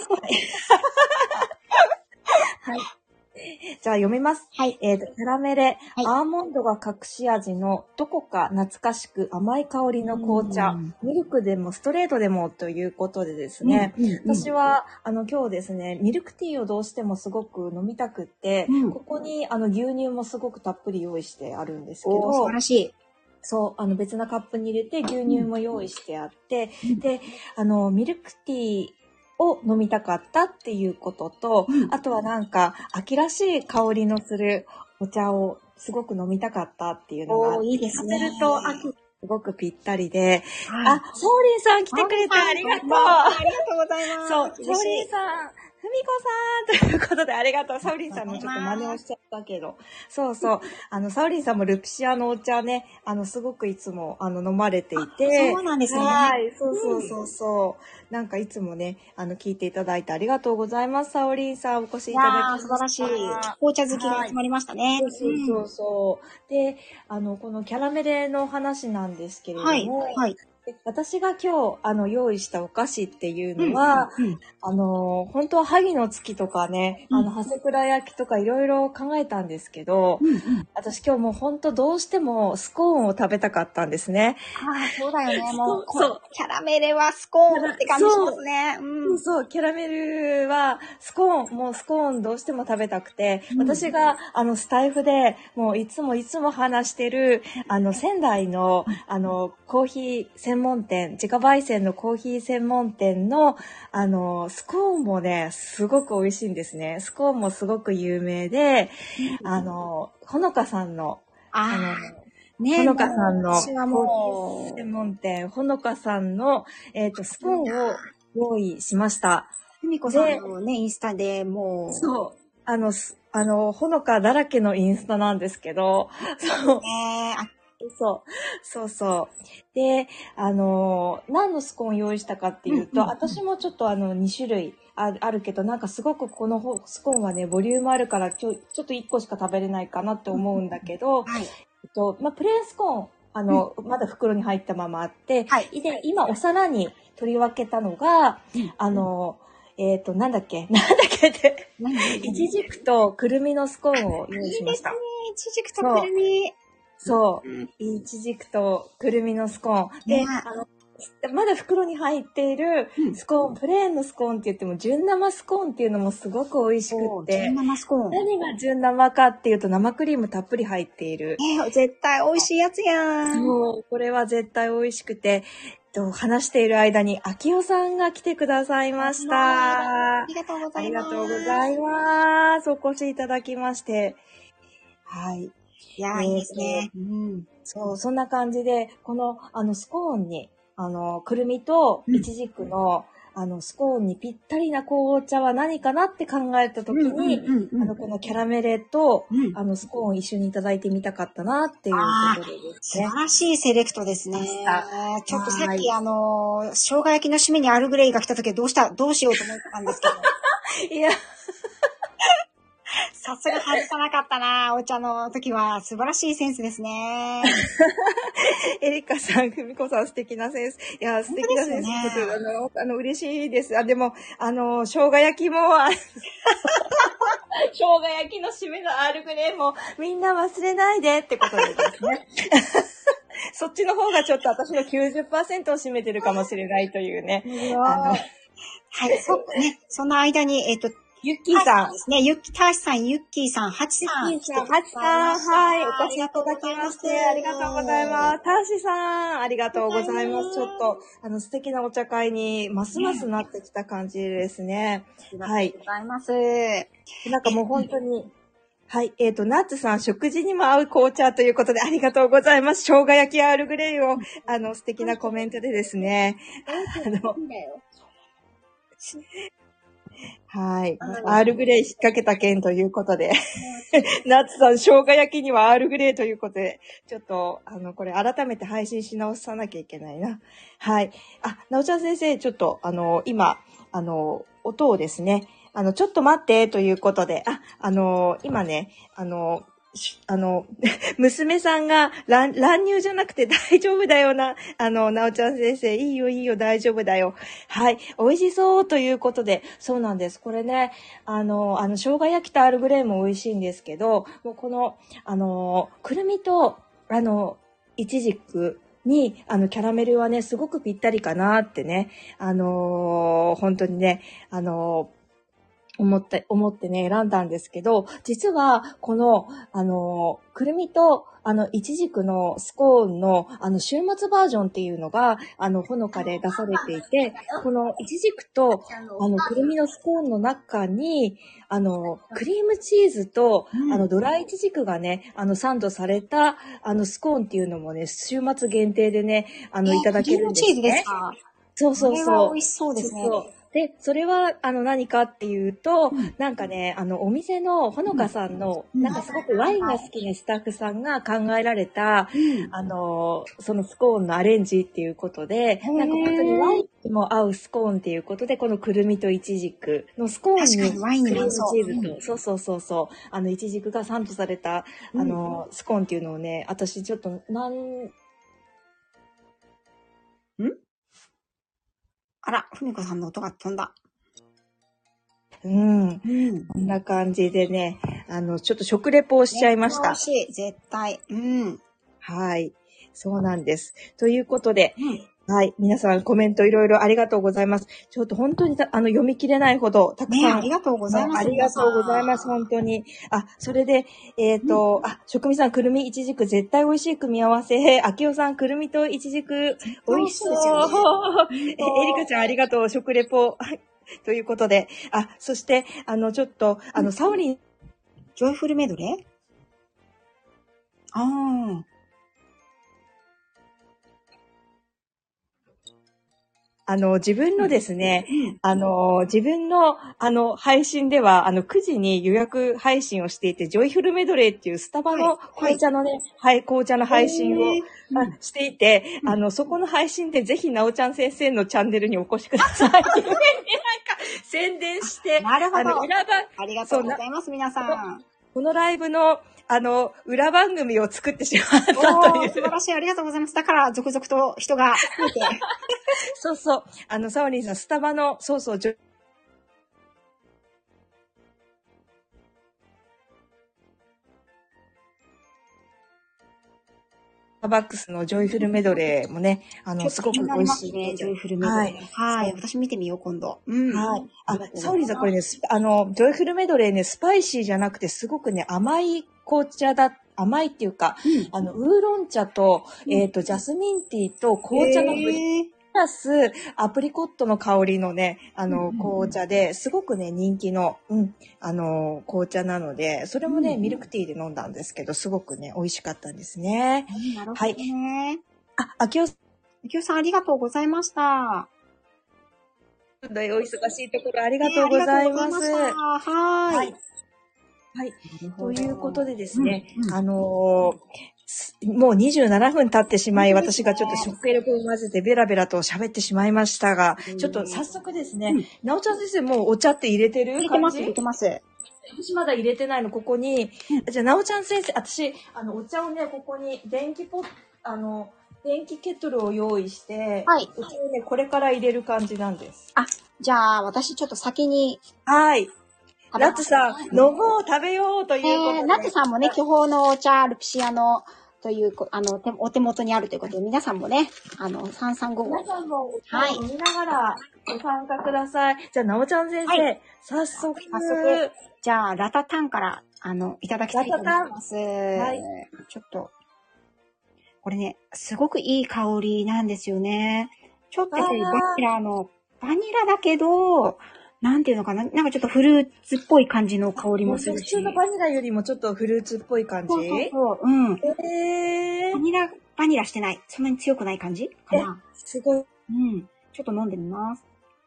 [SPEAKER 2] はい。じゃあ読みます。
[SPEAKER 1] はい。
[SPEAKER 2] えっと、キャラメレ、はい、アーモンドが隠し味のどこか懐かしく甘い香りの紅茶、ミルクでもストレートでもということでですね、うんうんうん、私はあの今日ですね、ミルクティーをどうしてもすごく飲みたくって、うん、ここにあの牛乳もすごくたっぷり用意してあるんですけど、
[SPEAKER 1] 素晴らしい。
[SPEAKER 2] そう、あの別なカップに入れて牛乳も用意してあって、うん、で、あのミルクティーを飲みたかったっていうことと、
[SPEAKER 1] うん
[SPEAKER 2] あとはなんか秋らしい香りのするお茶をすごく飲みたかったっていうのがあって、
[SPEAKER 1] おーいいですね
[SPEAKER 2] させると秋すごくぴったりで、
[SPEAKER 1] はい
[SPEAKER 2] あ、サオリンさん来てくれてありがとう。
[SPEAKER 1] ありがとうございます。
[SPEAKER 2] そう、サオ
[SPEAKER 1] 嬉しい
[SPEAKER 2] リンさん、ふみこさんということでありがとう。サオリンさんのちょっと真似をしちゃったけど。そうそう。あの、サオリンさんもルピシアのお茶ね、あの、すごくいつも、あの、飲まれていて。
[SPEAKER 1] そうなんですね。
[SPEAKER 2] はい。そうそうそうそう。なんかいつもね、あの、聞いていただいてありがとうございます。サオリンさんお越しいただきました。
[SPEAKER 1] 素晴らしい。紅茶好きが集まりましたね。
[SPEAKER 2] そうそうそうそう。で、あの、このキャラメルの話なんですけれども、
[SPEAKER 1] はい。はい。
[SPEAKER 2] 私が今日、あの、用意したお菓子っていうのは、
[SPEAKER 1] うんうん
[SPEAKER 2] あの、本当は萩の月とかね、
[SPEAKER 1] うん
[SPEAKER 2] あの、長谷倉焼きとかいろいろ考えたんですけど、
[SPEAKER 1] うんうん
[SPEAKER 2] 私今日もう本当どうしてもスコーンを食べたかったんですね。
[SPEAKER 1] ああ、そうだよね。もう、
[SPEAKER 2] そう
[SPEAKER 1] こキャラメルはスコーンって感じしますね。う。
[SPEAKER 2] そうんそう、キャラメルは、スコーン、もうスコーンどうしても食べたくて、
[SPEAKER 1] うん
[SPEAKER 2] 私が、あの、スタイフで、もういつもいつも話してる、あの、仙台の、あの、コーヒー専門店、自家焙煎のコーヒー専門店の、あの、スコーンもね、すごく美味しいんですね。スコーンもすごく有名で、あの、ほのかさんの、あの、
[SPEAKER 1] ああ、ね
[SPEAKER 2] ほのかさんの
[SPEAKER 1] 私はも
[SPEAKER 2] コーヒー専門店、ほのかさんの、えっと、スコーンを用意しました。
[SPEAKER 1] う、ふみこさんのね、インスタでもう、
[SPEAKER 2] そう。あの、すあの、ほのかだらけのインスタなんですけど、そう。
[SPEAKER 1] ねあ
[SPEAKER 2] そう。そうそう。で、あの、何のスコーン用意したかっていうと、
[SPEAKER 1] うんうんうん
[SPEAKER 2] 私もちょっとあの、に種類ああるけど、なんかすごくこのほスコーンはね、ボリュームあるから、ちょ、ちょっといっこしか食べれないかなって思うんだけど、
[SPEAKER 1] はい。
[SPEAKER 2] えっと、まあ、プレーンスコーン、あの、まだ袋に入ったままあって、
[SPEAKER 1] はい
[SPEAKER 2] で、今お皿に取り分けたのが、
[SPEAKER 1] うん
[SPEAKER 2] あの、えっと、なんだっけなんだっけって、いちじくとくるみのスコーンを用意しました。
[SPEAKER 1] いいですね。いちじくとくるみ。
[SPEAKER 2] そう
[SPEAKER 1] うん。
[SPEAKER 2] いちじくとくるみのスコーン。で、
[SPEAKER 1] ね
[SPEAKER 2] あの、まだ袋に入っているスコーン、プレーンのスコーンって言っても、純生スコーンっていうのもすごく美味しく
[SPEAKER 1] そう、
[SPEAKER 2] って
[SPEAKER 1] 純、生スコーン。
[SPEAKER 2] 何が純生かっていうと生クリームたっぷり入っている。
[SPEAKER 1] えー、絶対美味しいやつやん。
[SPEAKER 2] そう、これは絶対美味しくて、えっと話している間に、秋代さんが来てくださいました。
[SPEAKER 1] ありがとうござ
[SPEAKER 2] あり
[SPEAKER 1] います。
[SPEAKER 2] がとうございます。お越しいただきまして。はい。
[SPEAKER 1] いやー、いいですね。うん。
[SPEAKER 2] そう、そんな感じで、この、あの、スコーンに、あの、くるみとイチジクの、うん、あの、スコーンにぴったりな紅茶は何かなって考えたときに、あの、このキャラメレと、うん、あの、スコーンを一緒にいただいてみたかったなっていうことでですね。
[SPEAKER 1] 素晴らしいセレクトですね。ちょっとさっき、あの、生姜焼きの締めにアールグレイが来たときはどうした、どうしようと思ったんですけど。
[SPEAKER 2] いや、
[SPEAKER 1] さすが外さなかったな、お茶の時は。素晴らしいセンスですね。
[SPEAKER 2] エリカさん、ふみこさん素敵なセンス。いや、素敵なセンス。ね、あの、あの、嬉しいです。あ、でも、あの、生姜焼きも、生姜焼きの締めのアールグレイも、みんな忘れないでってことでですね。そっちの方がちょっと私の きゅうじゅっパーセント を占めてるかもしれないというね。あの
[SPEAKER 1] はい、そ、ね、その間に、えっと、
[SPEAKER 2] ゆっきーさん
[SPEAKER 1] ですね。ゆっき、たしさん、ゆっきーさん、はちさん。
[SPEAKER 2] ゆっきーさん、はちさん、はい、お越しいただきまして、ありがとうございます。たしさん、ありがとうございます。ちょっと、あの、素敵なお茶会に、ますますなってきた感じですね。
[SPEAKER 1] はい。ありがとうございます。
[SPEAKER 2] なんかもう本当に、はい。えっ、ー、と、ナッツさん、食事にも合う紅茶ということで、ありがとうございます。生姜焼きアールグレイを、あの、素敵なコメントでですね。あの、はい。アールグレイ引っ掛けた件ということで。ナッツさん、生姜焼きにはアールグレイということで、ちょっと、あの、これ改めて配信し直さなきゃいけないな。はい。あ、なおちゃん先生、ちょっと、あの、今、あの、音をですね、あの、ちょっと待ってということで、あ、あの、今ね、あの、あの、娘さんが乱、乱入じゃなくて大丈夫だよな。あの、なおちゃん先生、いいよいいよ大丈夫だよ。はい。美味しそうということで、そうなんです。これね、あの、あの、生姜焼きとアールグレイも美味しいんですけど、もうこの、あの、くるみと、あの、いちじくに、あの、キャラメルはね、すごくぴったりかなってね。あの、本当にね、あの、 思って、思ってね、選んだんですけど、実は、この、あの、くるみと、あの、いちじくのスコーンの、あの、週末バージョンっていうのが、あの、ほのかで出されていて、このいちじくと、あの、くるみのスコーンの中に、あの、クリームチーズと、
[SPEAKER 1] うん、
[SPEAKER 2] あの、ドライいちじくがね、あの、サンドされた、あの、スコーンっていうのもね、週末限定でね、あの、いただけるんですね。
[SPEAKER 1] クリームチーズですか？
[SPEAKER 2] そうそう
[SPEAKER 1] これ
[SPEAKER 2] そう。
[SPEAKER 1] は美味しそうですね。
[SPEAKER 2] そうそうで、それは、あの、何かっていうと、
[SPEAKER 1] うん、
[SPEAKER 2] なんかね、あの、お店のほのかさんの、
[SPEAKER 1] うん、
[SPEAKER 2] なんかすごくワインが好きなスタッフさんが考えられた、
[SPEAKER 1] うん、
[SPEAKER 2] あの、そのスコーンのアレンジっていうことで、なんか本当にワインにも合うスコーンっていうことで、このくるみといちじくのスコーンに、
[SPEAKER 1] 確かにワイン
[SPEAKER 2] クリーム
[SPEAKER 1] にも合いそう。
[SPEAKER 2] チーズと、そうそうそうそう、あの、いちじくがサンドされた、あの、スコーンっていうのをね、私ちょっと、なん、
[SPEAKER 1] んあら、ふみこさんの音が飛んだ。
[SPEAKER 2] うん。
[SPEAKER 1] うん。
[SPEAKER 2] こんな感じでね、あの、ちょっと食レポをしちゃいました。
[SPEAKER 1] 美味しい、絶対。うん。
[SPEAKER 2] はい。そうなんです。ということで、
[SPEAKER 1] うん、
[SPEAKER 2] はい。皆さんコメントいろいろありがとうございます。ちょっと本当にたあの読み切れないほどたく
[SPEAKER 1] ね、
[SPEAKER 2] さん、
[SPEAKER 1] ありがとうございます。
[SPEAKER 2] ありがとうございます。本当に。あ、それで、えっ、ー、と、うん、あ、食味さん、くるみいちじく絶対美味しい組み合わせ。あきおさん、くるみといちじく美味しそう。え、えりかちゃんありがとう。食レポ。ということで、あ、そして、あの、ちょっと、あの、サオリン。
[SPEAKER 1] ジョイフルメドレー？ああ。
[SPEAKER 2] あの、自分のですね、うん、あの、自分の、あの、配信では、あの、くじに予約配信をしていて、ジョイフルメドレーっていうスタバの紅茶のね、はい、はい、紅茶の配信を、うん、していて、うん、あの、そこの配信でぜひ、なおちゃん先生のチャンネルにお越しください。なんか、宣伝して、
[SPEAKER 1] なるほど。
[SPEAKER 2] あの、裏番、
[SPEAKER 1] ありがとうございます、皆さん。
[SPEAKER 2] このライブの、あの、裏番組を作ってしまったという。
[SPEAKER 1] 素晴らしい。ありがとうございます。だから、続々と人が増えて。
[SPEAKER 2] そうそう。あの、サオリンさん、スタバの、そうそう、スターバックスのジョイフルメドレーもね、あの、すごく美味しい。
[SPEAKER 1] ね、ジョイフルメドレー。はい。はい。私見てみよう、今度。うん。
[SPEAKER 2] はい。あ、サオリンさん、これね、あの、ジョイフルメドレーね、スパイシーじゃなくて、すごくね、甘い紅茶だ、甘いっていうか、うん、あの、ウーロン茶と、うん、えっ、ー、と、ジャスミンティーと紅茶のブリプラス、アプリコットの香りのね、あの、紅茶で、すごくね、人気の、うん、あの、紅茶なので、それもね、うん、ミルクティーで飲んだんですけど、すごくね、美味しかったんですね。
[SPEAKER 1] うん、なるほどね。はい。
[SPEAKER 2] あ、あきおさん。
[SPEAKER 1] あきおさん、ありがとうございました。
[SPEAKER 2] お忙しいところありがとうございます。
[SPEAKER 1] ね、はい。
[SPEAKER 2] はい。はい。ということでですね、うんうん、あのー、もうにじゅうななふん経ってしまい、私がちょっと食レポを混ぜてベラベラと喋ってしまいましたが、うん、ちょっと早速ですね、うん、なおちゃん先生もうお茶って入れてる感じ？
[SPEAKER 1] 入れてます、入れてます。
[SPEAKER 2] 私まだ入れてないの、ここに。うん、じゃあ、なおちゃん先生、私、あの、お茶をね、ここに電気ポッ、あの、電気ケトルを用意して、はい。お茶をね、これから入れる感じなんです。
[SPEAKER 1] あ、じゃあ、私ちょっと先に。
[SPEAKER 2] はい。ナッツさん、飲もう、食べようということで。
[SPEAKER 1] えー、ナッツさんもね、巨峰のお茶、ルピシアの、という、あの、お手元にあるということで、皆さんもね、あの、さんさんごご。
[SPEAKER 2] 皆さんもお茶を飲みながらご参加ください。はい、じゃあ、なおちゃん先生、はい、早速。
[SPEAKER 1] 早速。じゃあ、ラタタンから、あの、いただきたいと思います。はい。ちょっと、これね、すごくいい香りなんですよね。ちょっとバニラの、バニラだけど、なんていうのかな、なんかちょっとフルーツっぽい感じの香りもするし。
[SPEAKER 2] 普通のバニラよりもちょっとフルーツっぽい感じ？
[SPEAKER 1] そうそうそう、うん。
[SPEAKER 2] へー。
[SPEAKER 1] バニラ、バニラしてない。そんなに強くない感じかな。
[SPEAKER 2] すごい。
[SPEAKER 1] うん。ちょっと飲んでみます。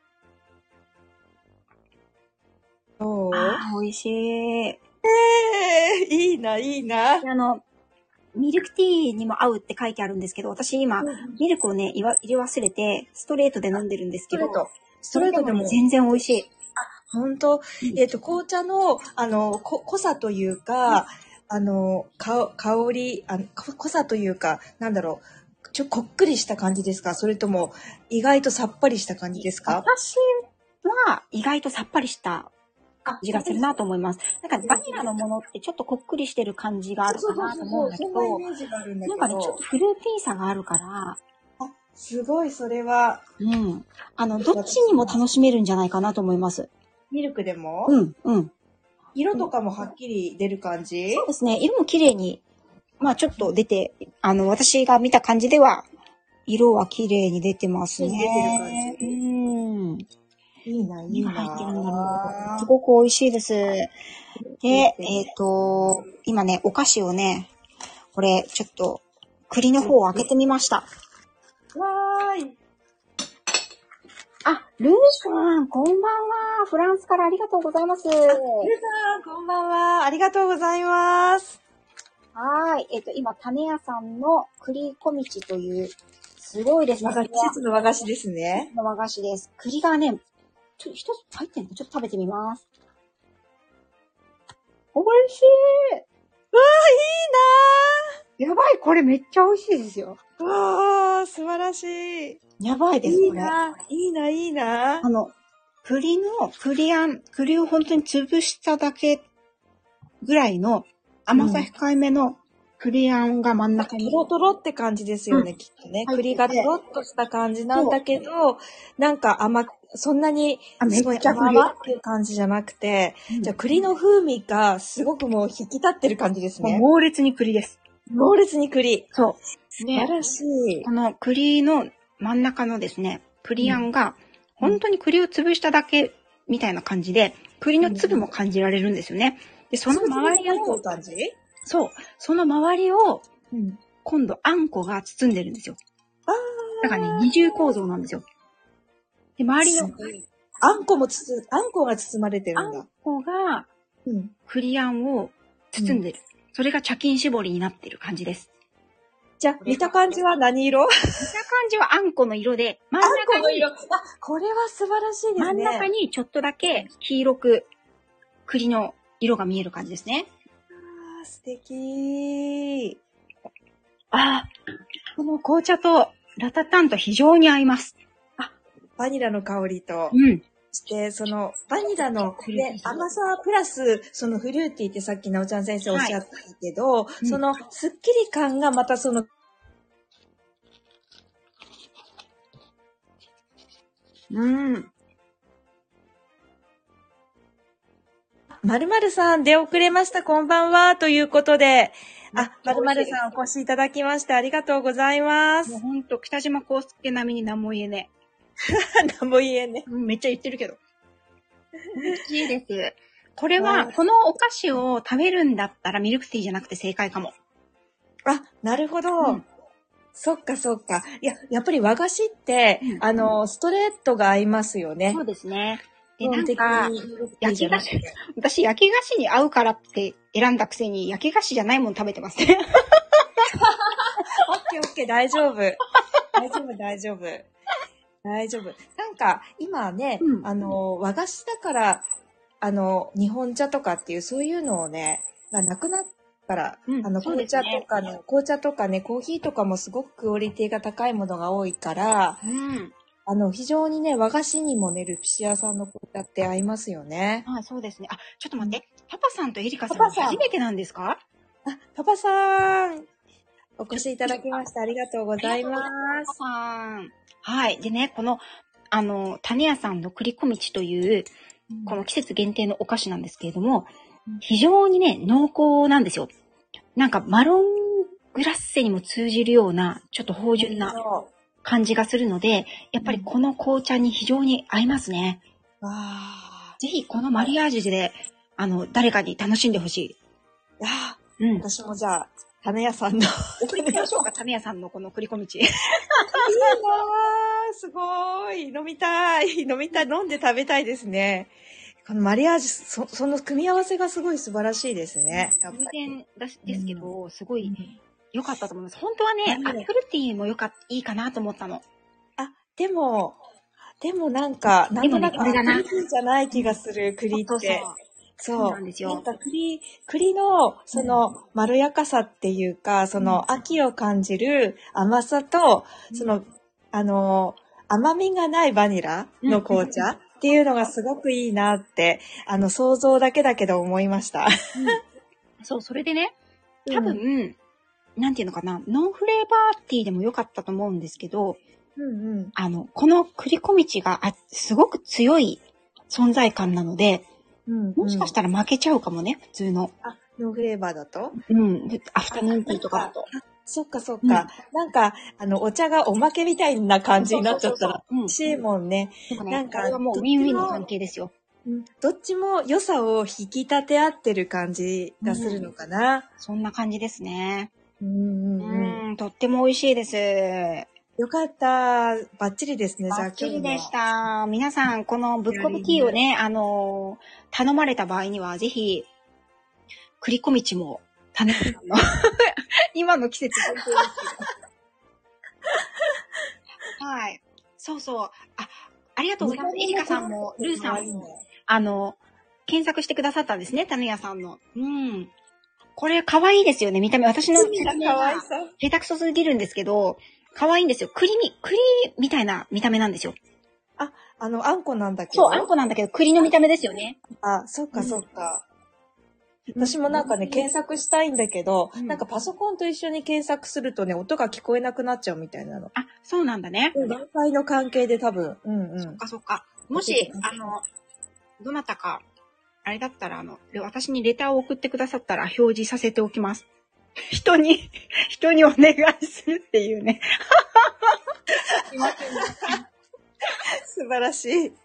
[SPEAKER 2] おー。
[SPEAKER 1] あー、美味しい。
[SPEAKER 2] えー、いいな、いいな。
[SPEAKER 1] あの、ミルクティーにも合うって書いてあるんですけど、私今、うん、ミルクをね、入れ忘れて、ストレートで飲んでるんですけど、
[SPEAKER 2] ストレートでも
[SPEAKER 1] 全然美味しい。
[SPEAKER 2] あ、本当、えっと、紅茶の、あの、こ濃さというか、うん、あの、か、香り、あの、濃さというか、なんだろう、ちょ、こっくりした感じですか？それとも、意外とさっぱりした感じですか？
[SPEAKER 1] 私は、意外とさっぱりした感じがするなと思います。なんか、バニラのものってちょっとこっくりしてる感じがあるかなと思うんだけど、なんかね、ちょっとフルーティーさがあるから、
[SPEAKER 2] すごい、それは。
[SPEAKER 1] うん。あの、どっちにも楽しめるんじゃないかなと思います。
[SPEAKER 2] ミルクでも
[SPEAKER 1] うん、うん。
[SPEAKER 2] 色とかもはっきり出る感じ？
[SPEAKER 1] そうですね。色も綺麗に、まあちょっと出て、あの、私が見た感じでは、色は綺麗に出てますね。
[SPEAKER 2] 出てる感じ。
[SPEAKER 1] うん。
[SPEAKER 2] いいな、いい
[SPEAKER 1] 何が入ってるんだろ
[SPEAKER 2] な。
[SPEAKER 1] う。すごく美味しいです。で、えっ、と、今ね、お菓子をね、これ、ちょっと、栗の方を開けてみました。
[SPEAKER 2] わーい。
[SPEAKER 1] あ、ルーさん、こんばんは。フランスからありがとうございます。ルーさ
[SPEAKER 2] ん、こんばんは。ありがとうございます。
[SPEAKER 1] はい。えっ、と、今、種屋さんの栗小道という、すごいですね。
[SPEAKER 2] 季節の和菓子ですね。
[SPEAKER 1] 季節の和菓子です。栗がね、ちょ、一つ入ってんの？ちょっと食べてみます。美味しい。
[SPEAKER 2] わあ、
[SPEAKER 1] いいなー。やばい、これめっちゃ美味しいですよ。
[SPEAKER 2] わあ、素晴らしい。
[SPEAKER 1] やばいです、
[SPEAKER 2] いいな、いいな、いいな。
[SPEAKER 1] あの、栗の、栗あん、栗を本当に潰しただけぐらいの甘さ控えめの栗あんが真ん中に。
[SPEAKER 2] トロトロって感じですよね、うん、きっとね。栗がトロっとした感じなんだけど、なんか甘く、そんなにすごい甘々っていう感じじゃなくて、うん、じゃあ栗の風味がすごくもう引き立ってる感じですね。
[SPEAKER 1] 猛烈に栗です。
[SPEAKER 2] 猛烈に栗。
[SPEAKER 1] そう。
[SPEAKER 2] 素晴らしい。
[SPEAKER 1] この栗の真ん中のですね、栗あんが、本当に栗を潰しただけみたいな感じで、栗の粒も感じられるんですよね。で、その周りを、
[SPEAKER 2] 感じ？
[SPEAKER 1] そう、その周りを、うん、今度あんこが包んでるんですよ。
[SPEAKER 2] あ
[SPEAKER 1] だからね、二重構造なんですよ。で、周りの、
[SPEAKER 2] あんこもつつ、あんこが包まれてるんだ。
[SPEAKER 1] あんこが、うん、栗あんを包んでる。うん、それが茶巾絞りになってる感じです。
[SPEAKER 2] じゃあ、見た感じは何色？見た
[SPEAKER 1] 感じはあんこの色で、
[SPEAKER 2] 真ん中に、あんこの色。あ、これは素晴らしいですね。
[SPEAKER 1] 真ん中にちょっとだけ黄色く栗の色が見える感じですね。
[SPEAKER 2] あー、素敵。
[SPEAKER 1] あー、この紅茶とラタタンと非常に合います。
[SPEAKER 2] あ、バニラの香りと。
[SPEAKER 1] うん。
[SPEAKER 2] して、その、バニラの、で、甘さプラス、そのフルーティーってさっきなおちゃん先生おっしゃったけど、はい、その、すっきり感がまたその、
[SPEAKER 1] うん。
[SPEAKER 2] まるまるさん、出遅れました、こんばんは、ということで、あ、まるまるさんお越しいただきましてありがとうございます。
[SPEAKER 1] もうほんと、北島康介並みに何も言えね
[SPEAKER 2] え。何も言えね
[SPEAKER 1] え。めっちゃ言ってるけど。美味しいです。これは、このお菓子を食べるんだったらミルクティーじゃなくて正解かも。
[SPEAKER 2] あ、なるほど。うん、そっかそっか。いや、やっぱり和菓子って、うん、あの、ストレートが合いますよね。
[SPEAKER 1] そうですね。で、なんか、焼き菓子、私焼き菓子に合うからって選んだくせに、焼き菓子じゃないもの食べてますね。
[SPEAKER 2] オッケーオッケー、大丈夫。大丈夫、大丈夫。大丈夫。なんか、今ね、うん、あの、和菓子だから、あの、日本茶とかっていう、そういうのをね、がなくなったら、うん、あの、紅茶とかの、ね、紅茶とかね、コーヒーとかもすごくクオリティが高いものが多いから、うん、あの、非常にね、和菓子にもね、ルピシアさんの紅茶って合いますよね。
[SPEAKER 1] あ、そうですね。あ、ちょっと待って。パパさんとエリカさんは初めてなんですか？
[SPEAKER 2] あ、パパさん、お越しいただきましてありがとうございます。
[SPEAKER 1] パパさん。はい。でね、この、あの、種屋さんの栗小道という、うん、この季節限定のお菓子なんですけれども、うん、非常にね、濃厚なんですよ。なんか、マロングラッセにも通じるような、ちょっと芳醇な感じがするので、やっぱりこの紅茶に非常に合いますね。
[SPEAKER 2] うん、わ
[SPEAKER 1] ぜひ、このマリアージュで、あの、誰かに楽しんでほしい。
[SPEAKER 2] いやうん。私もじゃあ、種屋さんの。
[SPEAKER 1] 送りましょうか、種屋さんのこの栗小道。いいな
[SPEAKER 2] ー、すごい。飲みたい。飲みたい。飲んで食べたいですね。このマリアージュ、そ, その組み合わせがすごい素晴らしいですね。
[SPEAKER 1] 偶然ですけど、うん、すごい良かったと思います。本当はね、アップルティーもよかった、いいかなと思ったの。
[SPEAKER 2] あ、でも、でもなんか、なんとなくアップルティーじゃない気がする、栗って。そうそうそう。なんですよ。なんか栗、栗の、その、まろやかさっていうか、その、秋を感じる甘さと、その、あの、甘みがないバニラの紅茶っていうのがすごくいいなって、あの、想像だけだけど思いました。
[SPEAKER 1] うん、そう、それでね、多分、うん、なんていうのかな、ノンフレーバーティーでもよかったと思うんですけど、うんうん、あの、この栗小道があすごく強い存在感なので、
[SPEAKER 2] うん、
[SPEAKER 1] もしかしたら負けちゃうかもね、普通の。
[SPEAKER 2] あ、ノーフレーバーだと
[SPEAKER 1] うん。アフタヌーンティーとかだと。
[SPEAKER 2] そっかそっか、うん。なんか、あの、お茶がおまけみたいな感じになっちゃったら、欲しいもんね。
[SPEAKER 1] ね
[SPEAKER 2] なんか、
[SPEAKER 1] これはもうウィンウィンの関係ですよ。
[SPEAKER 2] どっちも良さを引き立て合ってる感じがするのかな。うん、
[SPEAKER 1] そんな感じですね。
[SPEAKER 2] うんうんうん、
[SPEAKER 1] うん、とっても美味しいです。
[SPEAKER 2] よかった。バッチリですね、じゃあ今日
[SPEAKER 1] バッチリでした。皆さん、このブックオブティーをね、あの、頼まれた場合には、ぜひ、栗小道も頼むの。今の季節限定ですけど。はい。そうそう。あ、ありがとうございます。エリカさんも、ルーさんも、あの、検索してくださったんですね、タヌヤさんの。うん。これ、可愛いですよね、見た目。私の見た目は、下手くそすぎるんですけど、可愛いんですよ。栗み、栗みたいな見た目なんですよ。
[SPEAKER 2] あ、あの、あんこなんだけど。
[SPEAKER 1] そう、あんこなんだけど、栗の見た目ですよね。
[SPEAKER 2] あ、そっかそっか。うん、私もなんかね、検索したいんだけど、うん、なんかパソコンと一緒に検索するとね、音が聞こえなくなっちゃうみたいなの。
[SPEAKER 1] あ、そうなんだね。
[SPEAKER 2] Wi-Fi の関係で多分。うんうん。
[SPEAKER 1] そっかそっか。もし、あの、どなたか、あれだったら、あの、私にレターを送ってくださったら表示させておきます。人に、人にお願いするっていうね。
[SPEAKER 2] 素晴らしい。うん。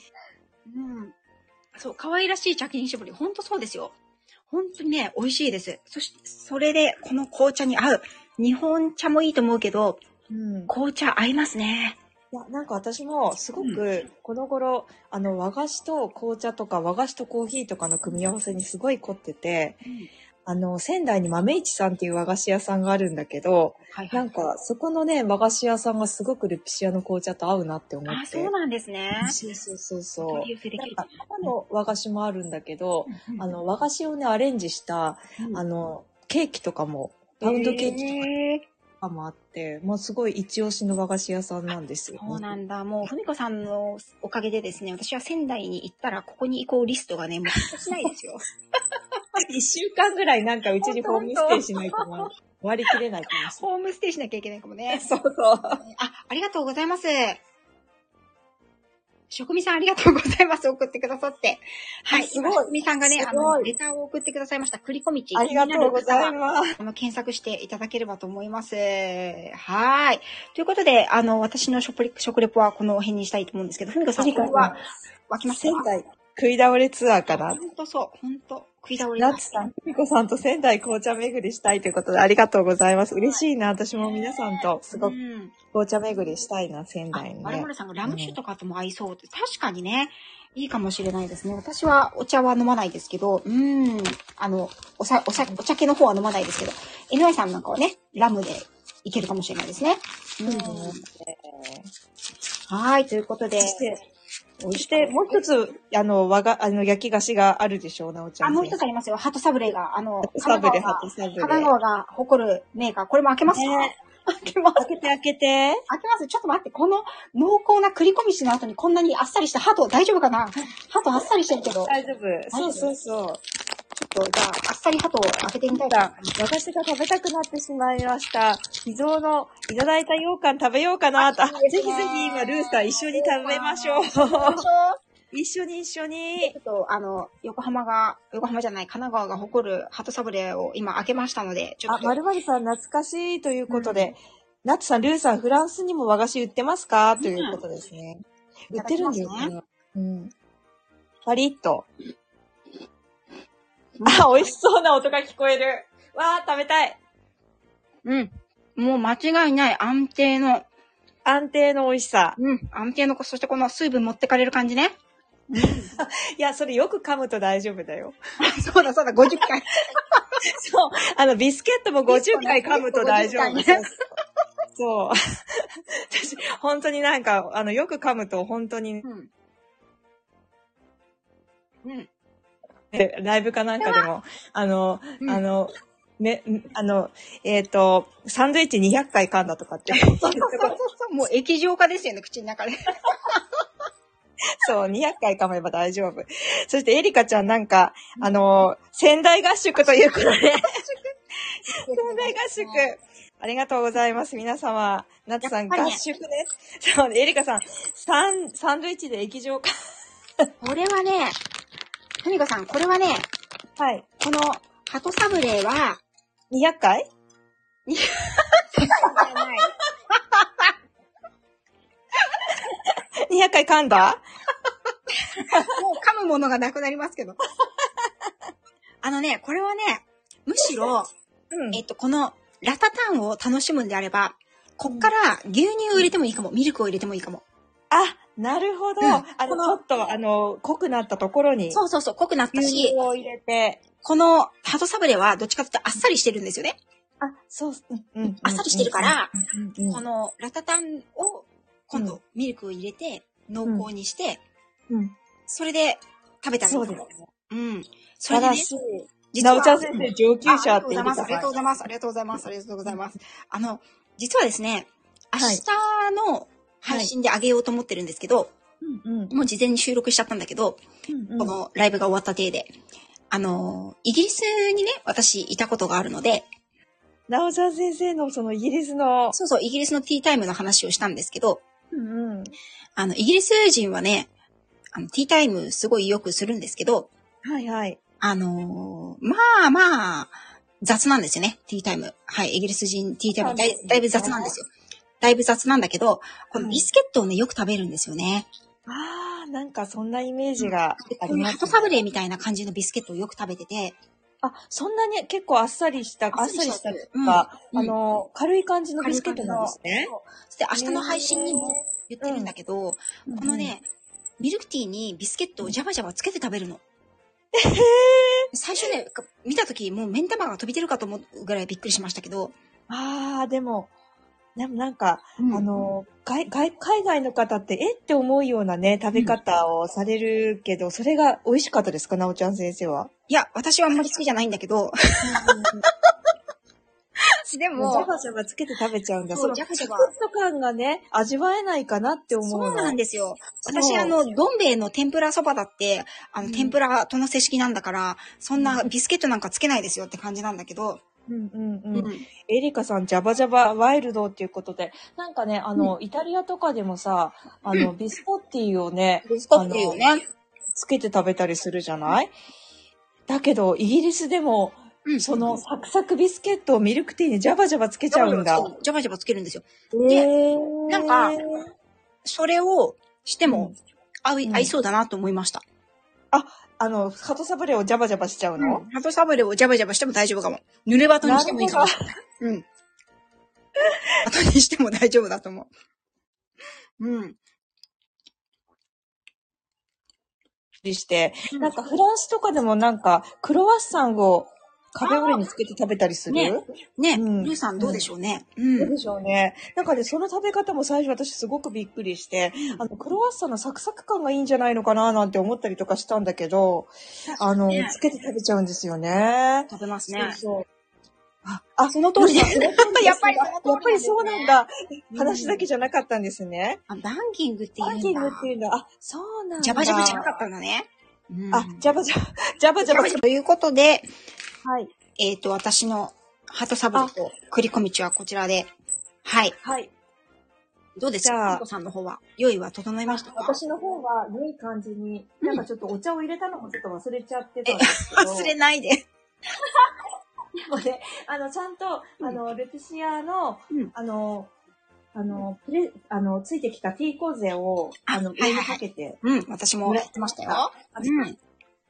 [SPEAKER 1] そう、可愛らしい茶巾絞り。ほんとそうですよ。ほんとにね、美味しいです。そして、それで、この紅茶に合う。日本茶もいいと思うけど、うん、紅茶合いますね。
[SPEAKER 2] いや、なんか私もすごく、この頃、うん、あの、和菓子と紅茶とか、和菓子とコーヒーとかの組み合わせにすごい凝ってて、うん、あの、仙台に豆市さんっていう和菓子屋さんがあるんだけど、はいはい、なんか、そこのね、和菓子屋さんがすごくルピシアの紅茶と合うなって思って。
[SPEAKER 1] あ、そうなんですね。
[SPEAKER 2] そうそうそうそう。なんか、他の和菓子もあるんだけど、うん、あの、和菓子をね、アレンジした、うん、あの、ケーキとかも、パウンドケーキとかもあって、もうすごい一押しの和菓子屋さんなんですよ、ね。
[SPEAKER 1] そうなんだ。もう、ふみこさんのおかげでですね、私は仙台に行ったら、ここに行こうリストがね、もうしないですよ。
[SPEAKER 2] 一週間ぐらいなんかうちにホームステイしないと終わりきれないかもしれない。
[SPEAKER 1] ホームステイしなきゃいけないかもね。
[SPEAKER 2] そうそう。
[SPEAKER 1] あ、ありがとうございます。職味さんありがとうございます。送ってくださって。はい。すごい。職味さんがね、あの、レターを送ってくださいました。栗小道。
[SPEAKER 2] ありがとうございます。
[SPEAKER 1] あの、検索していただければと思います。はい。ということで、あの、私の食レ食レポはこの辺にしたいと思うんですけど、ふみこさんは湧きますか？
[SPEAKER 2] 仙台食い倒れツアーかな。
[SPEAKER 1] ほんとそう。ほんと。食い倒れ。
[SPEAKER 2] なつさん、ふみこさんと仙台紅茶巡りしたいということでありがとうございます。嬉しいな。私も皆さんとすごく紅茶巡りしたいな、仙台にね。
[SPEAKER 1] 我々さんがラム酒とかとも合いそうって、うん、確かにね、いいかもしれないですね。私はお茶は飲まないですけど、うーん、あの、おさ、おさ、お茶系の方は飲まないですけど、エヌアイ さんなんかはね、ラムでいけるかもしれないですね。うん。はい、ということで。
[SPEAKER 2] そして、もう一つ、あの、和が、あの、焼き菓子があるでしょう、なおちゃん。
[SPEAKER 1] あ、もう一つありますよ。ハトサブレが、あの、
[SPEAKER 2] サブレ、ハトサブレ。
[SPEAKER 1] 神奈川が誇るメーカー。これも開けますか？ね、開けます。
[SPEAKER 2] 開けて開けて。
[SPEAKER 1] 開けます。ちょっと待って、この濃厚な栗込みしの後にこんなにあっさりしたハト、大丈夫かな？ハトあっさりしてるけど。
[SPEAKER 2] 大丈夫。そうそうそう。
[SPEAKER 1] ちょっと、じゃあ、あっさりハトを開けてみたい
[SPEAKER 2] な。私が食べたくなってしまいました。秘蔵のいただいた羊羹食べようかなと。あ、ぜひぜひ今、ルーさん一緒に食べましょう。一緒に一緒に。
[SPEAKER 1] ちょっと、あの、横浜が、横浜じゃない、神奈川が誇るハトサブレを今開けましたので、
[SPEAKER 2] ちょっと。あ、まるまるさん懐かしいということで、うん、ナッツさん、ルーさん、フランスにも和菓子売ってますか、うん、ということですね。売ってるんですね。うん。パリッと。うん、あ、美味しそうな音が聞こえる。わー、食べたい。
[SPEAKER 1] うん。もう間違いない安定の。
[SPEAKER 2] 安定の美味しさ。
[SPEAKER 1] うん。安定の、そしてこの水分持ってかれる感じね。
[SPEAKER 2] うん、いや、それよく噛むと大丈夫だよ。
[SPEAKER 1] そうだそうだ、ごじゅっかい。
[SPEAKER 2] そう。あの、ビスケットもごじゅっかい噛むと大丈夫。そう。そう。私、本当になんか、あの、よく噛むと本当に。うん。うん。ライブかなんかでも、あの、うん、あの、ね、あの、えっ、ー、と、サンドイッチにひゃっかい噛んだとかって。そうそうそう
[SPEAKER 1] そう。もう液状化ですよね、口の中で。
[SPEAKER 2] そう、にひゃっかい噛めば大丈夫。そして、エリカちゃんなんか、あの、仙台合宿ということで。仙台合宿。ありがとうございます、皆様。ナツさん、合宿ね。そう、エリカさん、サン、サンドイッチで液状化。
[SPEAKER 1] これはね、ふみこさん、これはね、
[SPEAKER 2] はい。
[SPEAKER 1] この、鳩サブレーは、
[SPEAKER 2] にひゃっかい
[SPEAKER 1] にひゃっかいじゃない。
[SPEAKER 2] にひゃっかい噛んだ
[SPEAKER 1] もう噛むものがなくなりますけど。あのね、これはね、むしろ、うん、えっと、このラタタンを楽しむんであれば、こっから牛乳を入れてもいいかも、ミルクを入れてもいいかも。
[SPEAKER 2] あ、なるほど。うん、あの、ちょっと、あの、濃くなったところに。
[SPEAKER 1] そうそうそう、濃くなったし、
[SPEAKER 2] 牛乳を入れて。
[SPEAKER 1] この鳩サブレはどっちかというとあっさりしてるんですよね。
[SPEAKER 2] あ、そう、うん、
[SPEAKER 1] あっさりしてるから、このラタタンを今度ミルクを入れて濃厚にして、うんうん、それで食べたらいいかも。そうですね。うん。それでね、
[SPEAKER 2] 実は、なおちゃん先生上級者って言ってください。
[SPEAKER 1] ありがとうございます。ありがとうございます。ありがとうございます。あの、実はですね、明日の配信であげようと思ってるんですけど、はいうんうん、もう事前に収録しちゃったんだけど、うんうん、このライブが終わった体で、あの、イギリスにね、私いたことがあるので、
[SPEAKER 2] なおちゃん先生のそのイギリスの、
[SPEAKER 1] そうそう、イギリスのティータイムの話をしたんですけど、
[SPEAKER 2] うんうん、
[SPEAKER 1] あの、イギリス人はね、あの、ティータイムすごいよくするんですけど、
[SPEAKER 2] はいはい。
[SPEAKER 1] あのー、まあまあ、雑なんですよね、ティータイム。はい、イギリス人ティータイムだい、だいぶ雑なんですよ。だいぶ雑なんだけど、このビスケットをね、よく食べるんですよね。
[SPEAKER 2] ああ、なんかそんなイメージがあります、ね。
[SPEAKER 1] このハトサブレーみたいな感じのビスケットをよく食べてて。
[SPEAKER 2] あ、そんなに結構あっさりした、あっさりしたとか、うん、あの、軽い感じのビスケットなんですね。
[SPEAKER 1] そして明日の配信にも言ってるんだけど、うん、このね、ミルクティーにビスケットをジャバジャバつけて食べるの。
[SPEAKER 2] へー。
[SPEAKER 1] 最初ね、見たときもう目ん玉が飛び出るかと思うぐらいびっくりしましたけど。
[SPEAKER 2] ああ、でも、でもなんか、うん、あの、外、外、海外の方って、えって思うようなね、食べ方をされるけど、うん、それが美味しかったですか、なおちゃん先生は。
[SPEAKER 1] いや、私はあんまり好きじゃないんだけど。でも、
[SPEAKER 2] ジャバジャバつけて食べちゃうんだ。そう、ジャバジャバ。サクッと感がね、味わえないかなって思うの。
[SPEAKER 1] そうなんですよ。私、あの、どん兵衛の天ぷらそばだって、あの、天ぷらとのせ式なんだから、そんなビスケットなんかつけないですよって感じなんだけど。
[SPEAKER 2] うんうんうん。うん、エリカさん、ジャバジャバワイルドっていうことで、なんかね、あの、うん、イタリアとかでもさ、あの、ビスコッティをね、
[SPEAKER 1] ビスコッティをね、
[SPEAKER 2] つけて食べたりするじゃない？だけど、イギリスでも、うん、そのサクサクビスケットをミルクティーにジャバジャバつけちゃうんだ。
[SPEAKER 1] ジャバジャバつけるんですよ。
[SPEAKER 2] で、
[SPEAKER 1] なんか、それをしても合い、うん、合いそうだなと思いました。
[SPEAKER 2] あ、あの、ハトサブレをジャバジャバしちゃうの？
[SPEAKER 1] うん、ハトサブレをジャバジャバしても大丈夫かも。濡れバトにしてもいいかも。うん。バトにしても大丈夫だと思う。うん。
[SPEAKER 2] して、なんかフランスとかでもなんかクロワッサンをカフェオレにつけて食べたりする？
[SPEAKER 1] ね。ね。うん、ルーさんどうでしょうね。
[SPEAKER 2] うん。どうでしょうね。なんかね、その食べ方も最初私すごくびっくりして、あの、クロワッサンのサクサク感がいいんじゃないのかななんて思ったりとかしたんだけど、あの、つけて食べちゃうんですよね。
[SPEAKER 1] 食べますね。
[SPEAKER 2] そうそう。
[SPEAKER 1] あ、あ、その通りです。やっぱり、
[SPEAKER 2] やっぱりそうなんだ。話だけじゃなかったんですね。
[SPEAKER 1] あ、バンキングっていうんだ。
[SPEAKER 2] バンキングっていうんだ。あ、そうなんだ。
[SPEAKER 1] ジャバジャバじゃなかったんだね。
[SPEAKER 2] あ、ジャバジャバ、ジャバジャバ。
[SPEAKER 1] ということで、
[SPEAKER 2] はい。
[SPEAKER 1] えっと、私のハトサブレと繰り込み地はこちらで、はい。
[SPEAKER 2] はい。
[SPEAKER 1] どうですか？マコさんの方は、用意は整いましたか？
[SPEAKER 2] 私の方は良い感じに、なんかちょっとお茶を入れたのもちょっと忘れちゃってたんですけど。
[SPEAKER 1] 忘れないで。
[SPEAKER 2] でもね、あの、ちゃんと、うん、あの、ルティシアの、うん、あの、あの、プレ、あの、ついてきたティーコゼを、あの、上にかけて。
[SPEAKER 1] うん、私もやってましたよ。うん。よ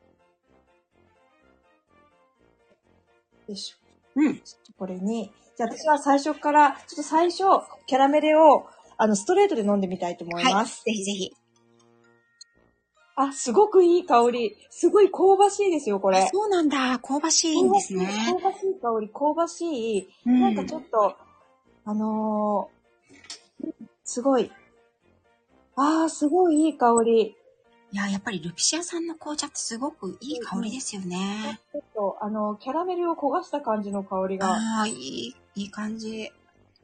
[SPEAKER 2] いしょ。
[SPEAKER 1] うん。
[SPEAKER 2] これに、じゃあ私は最初から、ちょっと最初、キャラメルを、あの、ストレートで飲んでみたいと思います。
[SPEAKER 1] はい、ぜひぜひ。
[SPEAKER 2] あ、すごくいい香り。すごい香ばしいですよ、これ。
[SPEAKER 1] そうなんだ。香ばしいんですね。
[SPEAKER 2] 香ばしい香り、香ばしい。うん、なんかちょっと、あのー、すごい。ああ、すごいいい香り。
[SPEAKER 1] いや、やっぱりルピシアさんの紅茶ってすごくいい香りですよね。
[SPEAKER 2] ちょっと、あの、キャラメルを焦がした感じの香りが。
[SPEAKER 1] ああ、いい、いい感じ。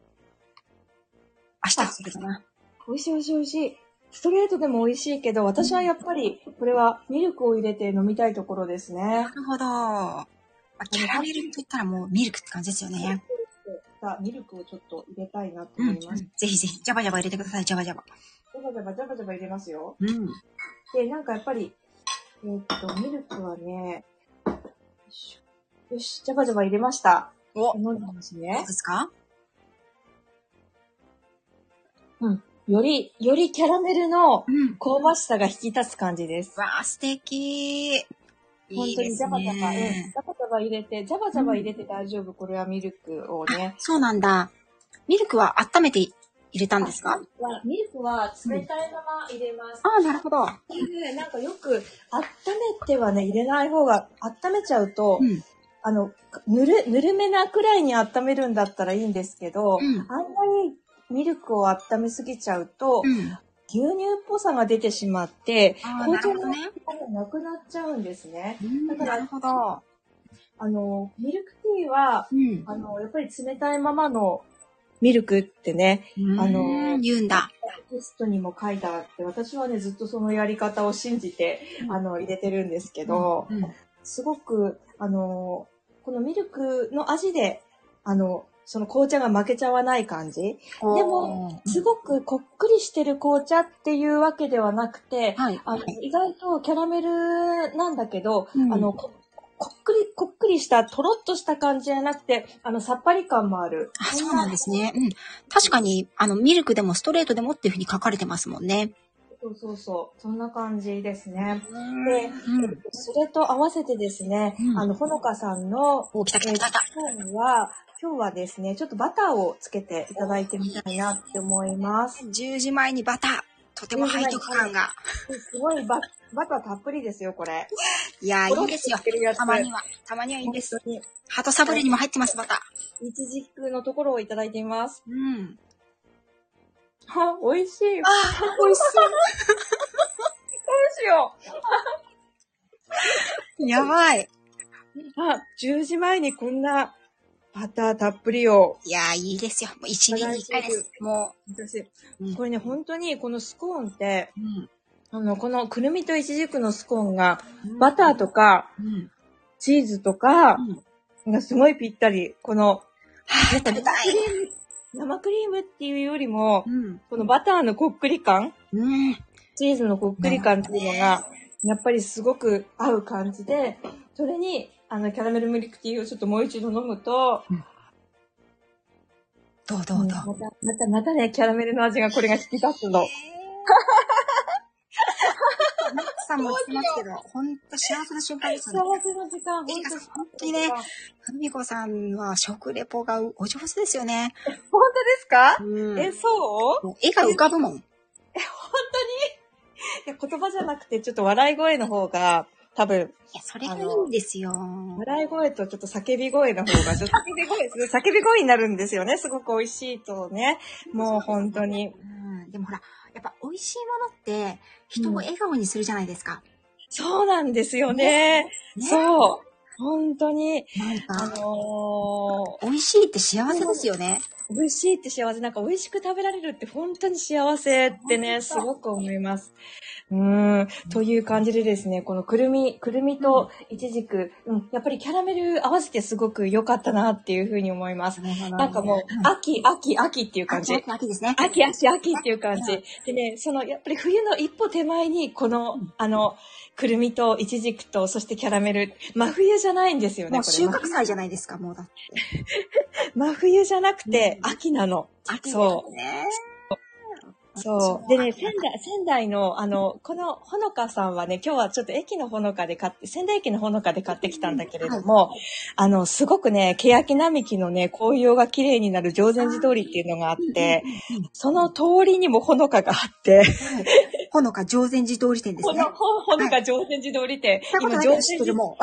[SPEAKER 1] 明日するかな。
[SPEAKER 2] 美味しい美味しい美味しい。ストレートでも美味しいけど、私はやっぱり、これはミルクを入れて飲みたいところですね。
[SPEAKER 1] なるほど。キャラメルって言ったらもうミルクって感じですよね。
[SPEAKER 2] ミルクをちょっと入れたいなと思います。うんうん、
[SPEAKER 1] ぜひぜひ、ジャバジャバ入れてください、ジャバジャバ。
[SPEAKER 2] ジャバジャバジャバジャバ入れますよ。
[SPEAKER 1] うん。
[SPEAKER 2] で、なんかやっぱり、えーっと、ミルクはね、よいしょ。よし、ジャバジャバ入れました。
[SPEAKER 1] お、
[SPEAKER 2] 飲んでます
[SPEAKER 1] どう
[SPEAKER 2] ね。
[SPEAKER 1] ですか？
[SPEAKER 2] うん。より、よりキャラメルの
[SPEAKER 1] うん。
[SPEAKER 2] 香ばしさが引き立つ感じです。
[SPEAKER 1] わあ、素敵。
[SPEAKER 2] 本当にジャバジャバ、うん。ジ
[SPEAKER 1] ね、
[SPEAKER 2] ャバジャバ入れて、ジャバジャバ入れて大丈夫。これはミルクをね。
[SPEAKER 1] そうなんだ。ミルクは温めて入れたんですか？
[SPEAKER 2] ミルクは冷たいまま入れます。
[SPEAKER 1] ああ、なるほど。
[SPEAKER 2] で、なんかよく温めてはね、入れない方が、温めちゃうと、うん、あの、ぬる、ぬるめなくらいに温めるんだったらいいんですけど、うん、あんまりミルクを温めすぎちゃうと、うん、牛乳っぽさが出てしまって、紅茶の味がなくなっちゃうんですね。だから、なるほど。あの、ミルクティーは、うん、あの、やっぱり冷たいままのミルクってね、あの、
[SPEAKER 1] 言うんだ。
[SPEAKER 2] テストにも書いてあって、私はね、ずっとそのやり方を信じて、うん、あの、入れてるんですけど、うんうん、すごく、あの、このミルクの味で、あの、その紅茶が負けちゃわない感じ。でも、すごくこっくりしてる紅茶っていうわけではなくて、はい、あの意外とキャラメルなんだけど、うん、あの、ここっくり、こっくりした、とろっとした感じじゃなくて、あの、さっぱり感もある。
[SPEAKER 1] あ、そうなんですね。うん。確かに、あの、ミルクでもストレートでもっていうふうに書かれてますもんね。
[SPEAKER 2] そうそうそう。そんな感じですね。で、うん、それと合わせてですね、うん、あの、ほのかさんの、
[SPEAKER 1] お、来た来た来た来た。
[SPEAKER 2] 今日は、今日はですね、ちょっとバターをつけていただいてみたいなって思います。
[SPEAKER 1] じゅうじまえにバター。とても背徳感が。
[SPEAKER 2] すごいバ、バターたっぷりですよ、これ。
[SPEAKER 1] いやー、いいですよ。たまには。たまにはいいです。鳩サブレにも入ってます、バタ
[SPEAKER 2] ー。いちじくのところをいただいています。
[SPEAKER 1] うん。
[SPEAKER 2] あ、美味しい。
[SPEAKER 1] あ、美味しい。どう
[SPEAKER 2] しよ
[SPEAKER 1] う。やばい。
[SPEAKER 2] あ、じゅうじまえにこんなバターたっぷりを。
[SPEAKER 1] いやー、いいですよ。もう一年に一回です。も
[SPEAKER 2] う。私、うん、これね、本当にこのスコーンって、うん、あの、このくるみといちじくのスコーンが、うん、バターとか、うん、チーズとか、うん、がすごいぴったり。この、
[SPEAKER 1] はぁ、食べたい。
[SPEAKER 2] 生クリームっていうよりも、うん、このバターのこっくり感、うん、チーズのこっくり感っていうのが、やっぱりすごく合う感じで、それに、あの、キャラメルミルクティーをちょっともう一度飲むと、うん、
[SPEAKER 1] どうどうどう、うん、
[SPEAKER 2] また、また、またね、キャラメルの味がこれが引き立つの。
[SPEAKER 1] マックさんも言ってますけど、ほんと幸せな瞬間ですね。
[SPEAKER 2] 幸せな時間、
[SPEAKER 1] ほんと本当にね、ふみこさんは食レポがお上手ですよね。
[SPEAKER 2] 本当ですか？うん、え、そう？
[SPEAKER 1] 絵が浮かぶもん。え、
[SPEAKER 2] 本当に？いや、言葉じゃなくて、ちょっと笑い声の方が、多分。
[SPEAKER 1] いや、それがいいんですよ。
[SPEAKER 2] 笑い声とちょっと叫び声の方が、ちょっと叫び声、叫び声になるんですよね。すごく美味しいとね。もう本当に。
[SPEAKER 1] うん、でもほら、やっぱ美味しいものって人を笑顔にするじゃないですか。うん、
[SPEAKER 2] そうなんですよね。ね、そう。本当に。
[SPEAKER 1] なんか、あのー、美味しいって幸せですよね。
[SPEAKER 2] 美味しいって幸せ。なんか美味しく食べられるって本当に幸せってね、すごく思います。うーん。という感じでですね、このくるみ、くるみといちじく、うん、やっぱりキャラメル合わせてすごく良かったなっていうふうに思います。なんかもう、秋、秋、秋っていう感じ。
[SPEAKER 1] 秋、秋ですね。
[SPEAKER 2] 秋、秋、秋っていう感じ。でね、その、やっぱり冬の一歩手前に、この、あの、くるみといちじくと、そしてキャラメル。真冬じゃないんですよね、
[SPEAKER 1] もう収穫祭じゃないですか、もうだって。
[SPEAKER 2] 真冬じゃなくて、秋なの。
[SPEAKER 1] 秋
[SPEAKER 2] そう。
[SPEAKER 1] ね。
[SPEAKER 2] そう。でね、仙台、仙台の、あの、このほのかさんはね、今日はちょっと駅のほのかで買って、仙台駅のほのかで買ってきたんだけれども、はい、あの、すごくね、欅並木のね、紅葉が綺麗になる常禅寺通りっていうのがあって、その通りにもほのかがあって、
[SPEAKER 1] ほのか常禅寺通り店ですね。
[SPEAKER 2] ほ、ほのか常禅寺通り店。
[SPEAKER 1] 今、常禅寺も。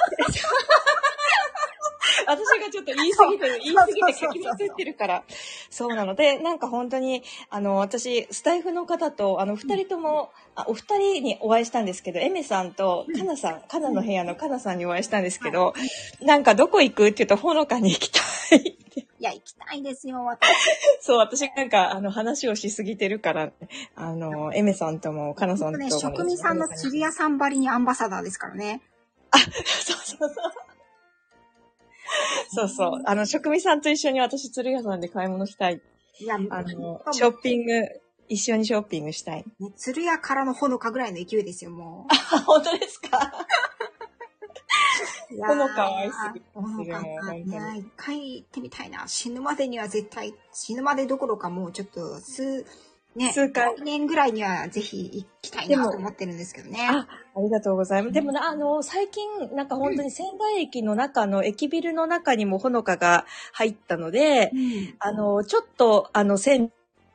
[SPEAKER 2] 私がちょっと言い過ぎてる、言い過ぎて書きまくってるから。そうなので、なんか本当に、あの、私、スタイフの方と、あの、二人とも、あお二人にお会いしたんですけど、エメさんとカナさん、カナの部屋のカナさんにお会いしたんですけど、なんかどこ行くって言うと、ほのかに行きたいって。
[SPEAKER 1] いや、行きたいですよ、私。
[SPEAKER 2] そう、私なんか、あの、話をしすぎてるから、あの、エメさんとも、カナさんとも。
[SPEAKER 1] ね、職人さんの釣り屋さんばりにアンバサダーですからね。
[SPEAKER 2] あ、そうそうそう。そうそう。あの、職味さんと一緒に私、鶴屋さんで買い物したい。
[SPEAKER 1] いや、
[SPEAKER 2] あの、ショッピング、 一緒にショッピングしたい。
[SPEAKER 1] ね、鶴屋からのほのかぐらいの勢いですよ、も
[SPEAKER 2] あ、本当ですか？
[SPEAKER 1] う。いやー
[SPEAKER 2] ほのかは愛すぎ
[SPEAKER 1] ほのか
[SPEAKER 2] 本当に。
[SPEAKER 1] ね、一回行ってみたいな。死ぬまでには絶対、死ぬまでどころかもうちょっと数、ね、
[SPEAKER 2] 数回
[SPEAKER 1] 来年ぐらいにはぜひ行きたいなと思ってるんですけどね。
[SPEAKER 2] あ、ありがとうございます。でもな、あの、最近、なんか本当に仙台駅の中の駅ビルの中にもほのかが入ったので、
[SPEAKER 1] うん、
[SPEAKER 2] あの、ちょっと、あの、仙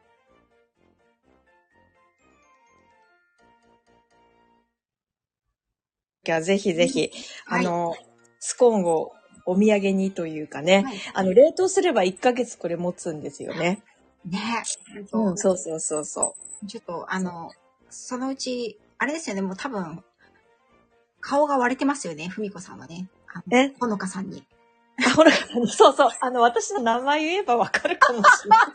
[SPEAKER 2] ぜひぜひ、
[SPEAKER 1] うんはい、
[SPEAKER 2] あの、スコーンをお土産にというかね、
[SPEAKER 1] はい、
[SPEAKER 2] あの、冷凍すればいっかげつこれ持つんですよね。
[SPEAKER 1] ね、
[SPEAKER 2] うん、そうそうそうそ
[SPEAKER 1] ちょっと、あの、そのうち、あれですよね、もう多分、顔が割れてますよね、ふみこさんはね。あの
[SPEAKER 2] え
[SPEAKER 1] ほのかさんに。
[SPEAKER 2] う。あ、ほら、そうそう、あの、私の名前言えばわかるかもしれない。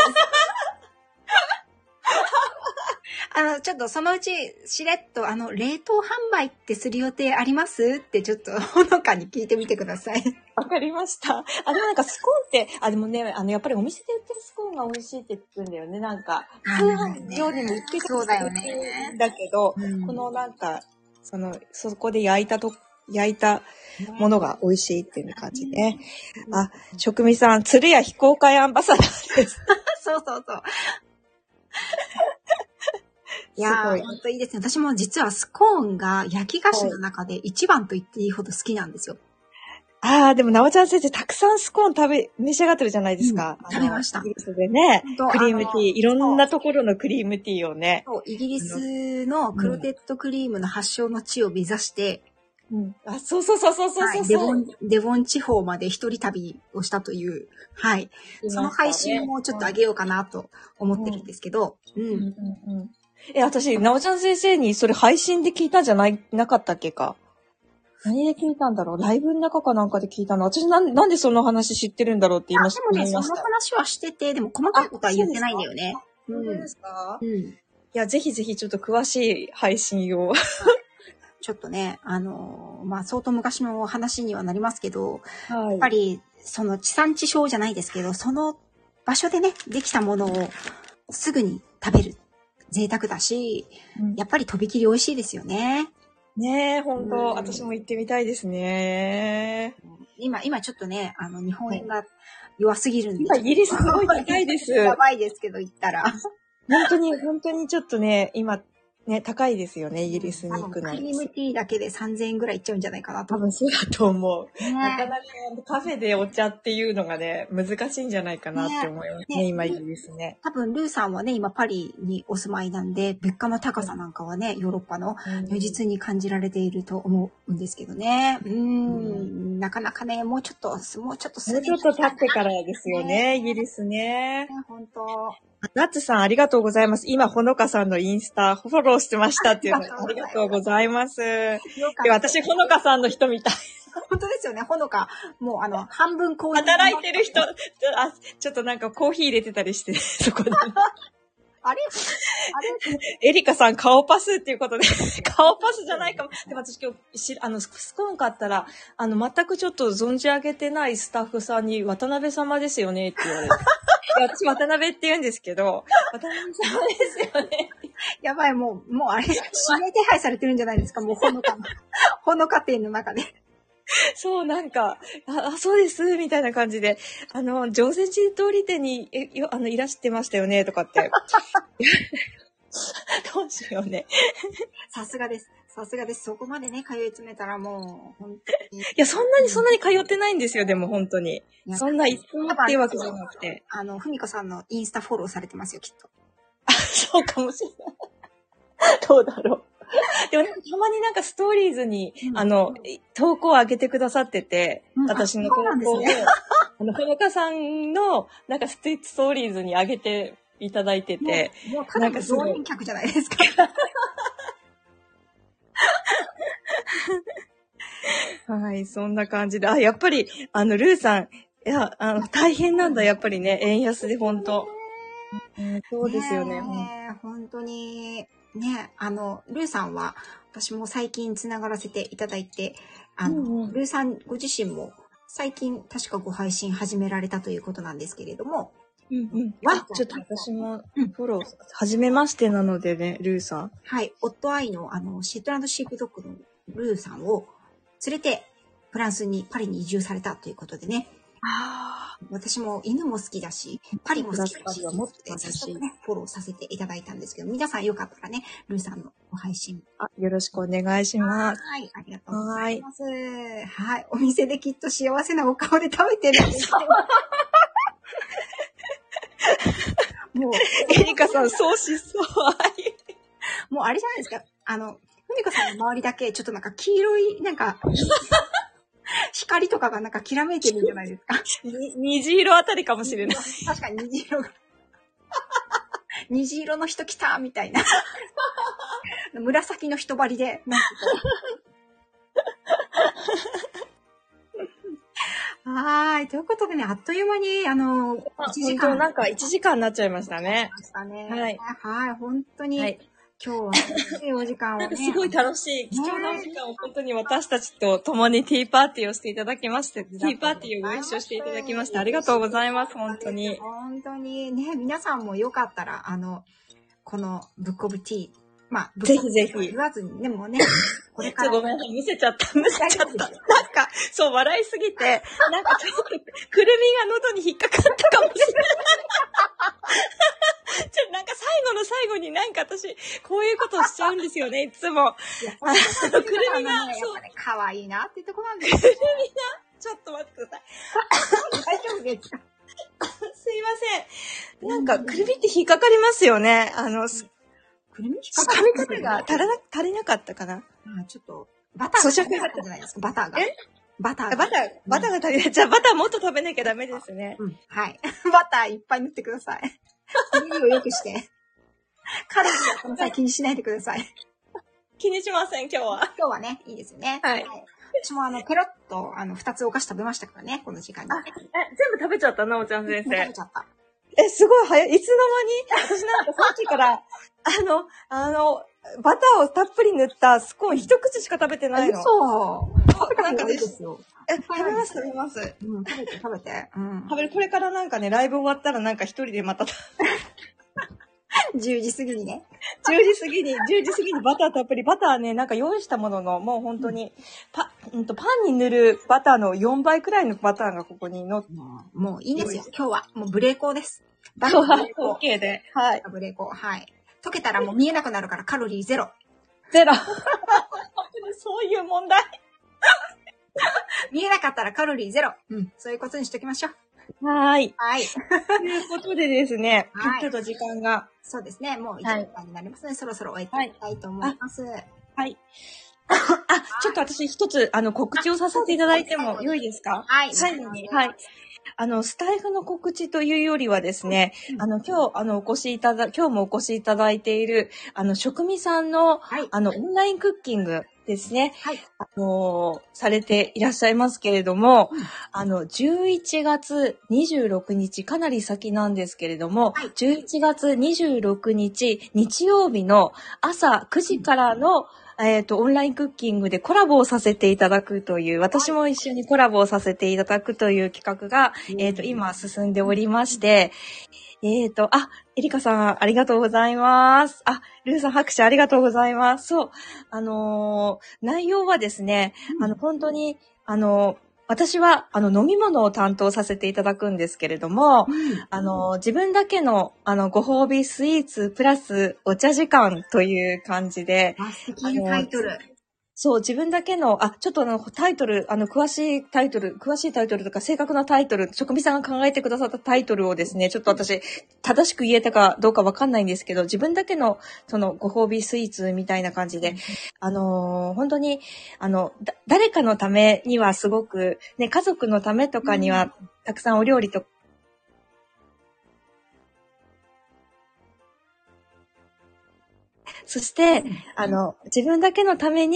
[SPEAKER 1] あの、ちょっとそのうち、しれっと、あの、冷凍販売ってする予定ありますってちょっと、ほのかに聞いてみてください。
[SPEAKER 2] わかりました。あ、でもなんかスコーンって、あ、でもね、あの、やっぱりお店で売ってるスコーンが美味しいって聞くんだよね。なんか、通販料理も売ってる
[SPEAKER 1] そうだよね。
[SPEAKER 2] だけど、
[SPEAKER 1] うん
[SPEAKER 2] このなんか、その、そこで焼いたと、焼いたものが美味しいっていう感じで。あ、食味さん、鶴屋非公開アンバサダーです。
[SPEAKER 1] そうそうそう。いやー、ほんといいですね。私も実はスコーンが焼き菓子の中で一番と言っていいほど好きなんですよ。
[SPEAKER 2] ああ、でも、なおちゃん先生、たくさんスコーン食べ、召し上がってるじゃないですか。
[SPEAKER 1] うん、食べました。
[SPEAKER 2] イギリスでね、クリームティー、いろんなところのクリームティーをね。
[SPEAKER 1] そう、イギリスのクロテッドクリームの発祥の地を目指して、
[SPEAKER 2] うん、あ、そうそうそうそうそうそう、はい、
[SPEAKER 1] デボン、デボン地方まで一人旅をしたという、はい。その配信もちょっと上げようかなと思ってるんですけど、うん。うんうん
[SPEAKER 2] うん、え、私、なおちゃん先生にそれ配信で聞いたんじゃない、なかったっけか。何で聞いたんだろう、ライブの中かなんかで聞いたの。私なん、なんでその話知ってるんだろうって言いました。
[SPEAKER 1] でもね、その話はしてて、でも細かいことは言ってないんだよね。
[SPEAKER 2] 本当ですか？
[SPEAKER 1] うん。
[SPEAKER 2] いや、ぜひぜひちょっと詳しい配信を。
[SPEAKER 1] ちょっとね、あのー、まあ、相当昔の話にはなりますけど、
[SPEAKER 2] はい、や
[SPEAKER 1] っぱり、その地産地消じゃないですけど、その場所でね、できたものをすぐに食べる。贅沢だし、うん、やっぱりとびきり美味しいですよね。
[SPEAKER 2] ねえ、ほんと、うん、私も行ってみたいですね。
[SPEAKER 1] 今、今ちょっとね、あの、日本円が弱すぎるんで。
[SPEAKER 2] 今、イギリスすごい高いです。
[SPEAKER 1] やばいですけど、行ったら。
[SPEAKER 2] 本当に、本当にちょっとね、今、ね、高いですよね、イギリスに行くの。
[SPEAKER 1] クリームティーだけでさんぜんえんぐらいいっちゃうんじゃないかなと。
[SPEAKER 2] 多分そうだと思う。ね、なかなかカフェでお茶っていうのがね、難しいんじゃないかなって思いますね、ね今イギリスね。
[SPEAKER 1] 多分、ルーさんはね、今パリにお住まいなんで、物価の高さなんかはね、ヨーロッパの如実に感じられていると思うんですけどね。うーん、うんなかなかね、もうちょっと、もうちょっと
[SPEAKER 2] もうちょっと経ってからですよね、ねイギリスね。
[SPEAKER 1] 本当。
[SPEAKER 2] ナッツさんありがとうございます。今、ほのかさんのインスタフォローしてましたっていうのありがとうございます。で私、ほのかさんの人みたい。
[SPEAKER 1] 本当ですよね、ほのか。もう、あの、半分こう
[SPEAKER 2] 働いてる人あ、ちょっとなんかコーヒー入れてたりして、そこで。
[SPEAKER 1] あれあ
[SPEAKER 2] れエリカさん、顔パスっていうことで、顔パスじゃないかも。でも私今日、しあの、スコーン買ったら、あの、全くちょっと存じ上げてないスタッフさんに、渡辺様ですよねって言われて。いや私、渡辺って言うんですけど、渡辺様ですよね。
[SPEAKER 1] やばい、もう、もうあれ、指名手配されてるんじゃないですか、もうほのかの、ほのか店の中で。
[SPEAKER 2] そう、なんか、あ、あそうです、みたいな感じで、あの、常禅寺通り店に、え、よ、あの、いらしてましたよね、とかって。どうしようね。
[SPEAKER 1] さすがです。さすがです。そこまでね、通い詰めたらもう、本当に。い
[SPEAKER 2] や、そんなにそんなに通ってないんですよ、でも本当に。そんないつもっていうわけじゃなくて。
[SPEAKER 1] あの、ふみこさんのインスタフォローされてますよ、きっと。
[SPEAKER 2] あ、そうかもしれない。どうだろう。でも、ね、たまになんかストーリーズに、うん、あの、投稿を上げてくださってて、うん、私の投稿を、ね、あの、ほのかさんの、なんかストーリーズに上げていただいてて。
[SPEAKER 1] もう、もうただの常連客じゃないですか。
[SPEAKER 2] はい、そんな感じで。あ、やっぱり、あの、ルーさん、いや、あの、大変なんだ、やっぱりね、円安で本当。うん、そうですよね。
[SPEAKER 1] ねえ、本当に。ね、あの、ルーさんは、私も最近つながらせていただいて、あの、うんうん、ルーさんご自身も最近確かご配信始められたということなんですけれども、
[SPEAKER 2] うんうん。
[SPEAKER 1] ワンちゃん
[SPEAKER 2] ちょっと私も
[SPEAKER 1] うん
[SPEAKER 2] フォロー、初めましてなのでね、ルーさん。
[SPEAKER 1] はい。夫愛の、あの、シェットランドシープドッグのルーさんを連れて、フランスに、パリに移住されたということでね。
[SPEAKER 2] あ
[SPEAKER 1] 私も犬も好きだし、パリも好きだし、
[SPEAKER 2] もっと
[SPEAKER 1] 早速ね、フォローさせていただいたんですけど、皆さんよかったらね、ルーさんのご配信。
[SPEAKER 2] あ、よろしくお願いします。
[SPEAKER 1] はい、ありがとうございます。はい、お店できっと幸せなお顔で食べてるんですけど。もう、
[SPEAKER 2] エリカさん、そうしそう。
[SPEAKER 1] もうあれじゃないですか。あの、ふみこさんの周りだけ、ちょっとなんか黄色い、なんか、光とかがなんかきらめいてるんじゃないですか。
[SPEAKER 2] に虹色あたりかもしれない。
[SPEAKER 1] 確かに虹色が。虹色の人来たみたいな。紫の人張りで、なんかはーい。ということでね、あっという間に、あの、いちじかん。
[SPEAKER 2] 本当なんかいちじかんになっちゃいましたね。
[SPEAKER 1] ましたね。
[SPEAKER 2] はい。
[SPEAKER 1] はい、本当に。
[SPEAKER 2] はい
[SPEAKER 1] 今日は楽しいお時間をね。
[SPEAKER 2] すごい楽しい。貴重なお時間を本当に私たちと共にティーパーティーをしていただきまして、ティーパーティーをご一緒していただきまして、ありがとうございます、本当に。
[SPEAKER 1] 本当にね、皆さんもよかったら、あの、このブックオブティー、まあ、
[SPEAKER 2] ぜひぜひ。
[SPEAKER 1] 言わずに、でもね、
[SPEAKER 2] これから。ごめんなさい、見せちゃった、見せちゃった。なんか、そう、笑いすぎて、なんかちょっと、くるみが喉に引っかかったかもしれない。ちょなんか最後の最後になんか私、こういうことをしちゃうんですよね、いつも。
[SPEAKER 1] いや、くるみが、そう、可愛いなっていうところなんですよ。くるみが、
[SPEAKER 2] ちょっと待ってください。
[SPEAKER 1] 大丈夫ですか？
[SPEAKER 2] すいません。なんか、くるみって引っかかりますよね。あの、
[SPEAKER 1] くるみ引っかか
[SPEAKER 2] る。髪が足らな、足りなかったかな。
[SPEAKER 1] あちょっと、バターが足りなかったじゃないですか、バターが。えバターが。
[SPEAKER 2] バター、バターが足りない。じゃあバターもっと食べなきゃダメですね。
[SPEAKER 1] うん、はい。バターいっぱい塗ってください。カロリーを良くして。カロリーはこの際気にしないでください。
[SPEAKER 2] 気にしません、今日は。
[SPEAKER 1] 今日はね、いいですよね。
[SPEAKER 2] はい。
[SPEAKER 1] 私もあの、ペロッと、あの、二つお菓子食べましたからね、この時間に。
[SPEAKER 2] え、全部食べちゃったなおちゃん先生。
[SPEAKER 1] 食べちゃった。
[SPEAKER 2] え、すごい早い。いつの間に私なんかさっきから、あの、あの、バターをたっぷり塗ったスコーン一口しか食べてないの。
[SPEAKER 1] そう。食べた方がいいですよ。
[SPEAKER 2] え、食べます、食べます。
[SPEAKER 1] うん、食べて、食べて。うん。
[SPEAKER 2] 食べる。これからなんかね、ライブ終わったらなんか一人でまた。
[SPEAKER 1] じゅうじ過ぎにね。
[SPEAKER 2] じゅうじ過ぎに、じゅうじ過ぎにバターたっぷり。バターね、なんか用意したものの、もう本当に、パ、うんと、パンに塗るバターのよんばいくらいのバターがここにのって。
[SPEAKER 1] もういいんですよ。今日はもうブレーコーです。
[SPEAKER 2] バターブレーコー。OK で。はい。
[SPEAKER 1] ブレーコー。はい。溶けたらもう見えなくなるからカロリーゼロ。
[SPEAKER 2] ゼロ。そういう問題。
[SPEAKER 1] 見えなかったらカロリーゼロ。うん。そういうことにしときましょう。
[SPEAKER 2] はい。
[SPEAKER 1] はい。
[SPEAKER 2] ということでですね、
[SPEAKER 1] はい、
[SPEAKER 2] ちょっと時間が。
[SPEAKER 1] そうですね。もういちじかんになりますので、はい、そろそろ終えていきたいと思います。はい。
[SPEAKER 2] はい、あ、ちょっと私一つ、あの、告知をさせていただいてもよいですか？はい。最後に。はい。あの、スタイフの告知というよりはですね、うん、あの、今日、あの、お越しいただ、今日もお越しいただいている、あの、食味さんの、はい、あの、オンラインクッキングですね。はい。あの、されていらっしゃいますけれども、うん、あの、じゅういちがつにじゅうろくにち、かなり先なんですけれども、はい、じゅういちがつにじゅうろくにち、日曜日の朝くじからの、うんえっと、オンラインクッキングでコラボをさせていただくという、私も一緒にコラボをさせていただくという企画が、えっと、今進んでおりまして、えっと、あ、エリカさん、ありがとうございます。あ、ルーさん拍手ありがとうございます。そう、あのー、内容はですね、あの、本当に、あの、私は、あの、飲み物を担当させていただくんですけれども、うん、あの、自分だけの、あの、ご褒美スイーツプラスお茶時間という感じで、
[SPEAKER 1] あ、素敵なタイトル。
[SPEAKER 2] そう、自分だけの、あ、ちょっとあの、タイトル、あの、詳しいタイトル、詳しいタイトルとか、正確なタイトル、職味さんが考えてくださったタイトルをですね、ちょっと私、正しく言えたかどうかわかんないんですけど、自分だけの、その、ご褒美スイーツみたいな感じで、あのー、本当に、あの、だ、誰かのためにはすごく、ね、家族のためとかには、たくさんお料理と、そして、あの、自分だけのために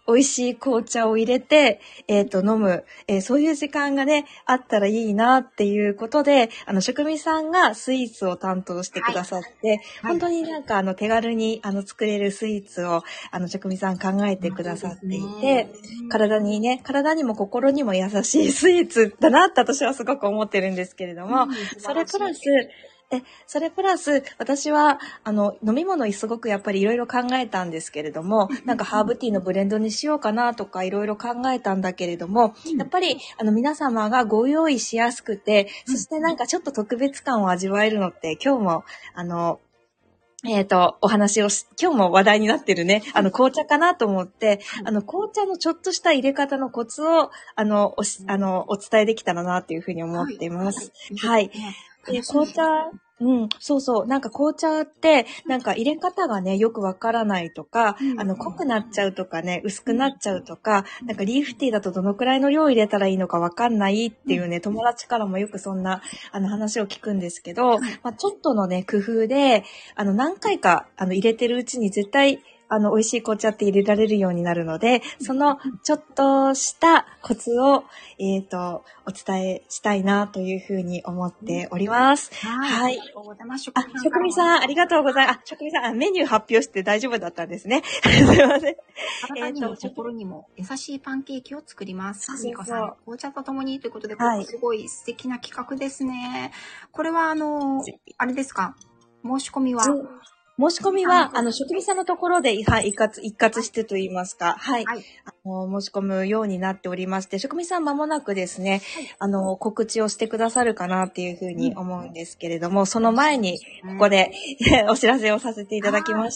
[SPEAKER 2] 美味しい紅茶を入れて、えっと、飲む、えーそういう時間がね、あったらいいなっていうことで、あの、職味さんがスイーツを担当してくださって、
[SPEAKER 1] はい
[SPEAKER 2] 本当になんかあの、手軽にあの、作れるスイーツを、あの、職味さん考えてくださっていて、体にね、体にも心にも優しいスイーツだなって私はすごく思ってるんですけれども、それプラス、え、それプラス、私は、あの、飲み物すごくやっぱりいろいろ考えたんですけれども、なんかハーブティーのブレンドにしようかなとかいろいろ考えたんだけれども、やっぱり、あの、皆様がご用意しやすくて、そしてなんかちょっと特別感を味わえるのって、今日も、あの、えっ、と、お話をし、今日も話題になってるね、あの、紅茶かなと思って、あの、紅茶のちょっとした入れ方のコツを、あの、おし、あの、お伝えできたらなというふうに思っています。はい。で、紅茶、うん、そうそう。なんか紅茶って、なんか入れ方がね、よくわからないとか、あの、濃くなっちゃうとかね、薄くなっちゃうとか、なんかリーフティーだとどのくらいの量入れたらいいのかわかんないっていうね、友達からもよくそんな、あの、話を聞くんですけど、まあ、ちょっとのね、工夫で、あの、何回か、あの、入れてるうちに絶対、あの、美味しい紅茶って入れられるようになるので、その、ちょっとしたコツを、えっと、お伝えしたいなというふうに思っております。
[SPEAKER 1] はい。
[SPEAKER 2] はい。
[SPEAKER 1] ありがとうございます。
[SPEAKER 2] あ、職味さん、ありがとうございます。あ、職味さん、あメニュー発表して大丈夫だったんですね。すいません。
[SPEAKER 1] 体にも心にも優しいパンケーキを作ります。
[SPEAKER 2] そうそうそう
[SPEAKER 1] みこさん、紅茶とともにということで、
[SPEAKER 2] はい
[SPEAKER 1] すごい素敵な企画ですね。これは、あの、あれですか、申し込みは、
[SPEAKER 2] 申し込みは、あの、職味さんのところで、はい、一括、一括してと言いますか、はい。
[SPEAKER 1] はい
[SPEAKER 2] あの、申し込むようになっておりまして、職味さん間もなくですね、あの、告知をしてくださるかなっていうふうに思うんですけれども、その前に、ここでお知らせをさせていただきました。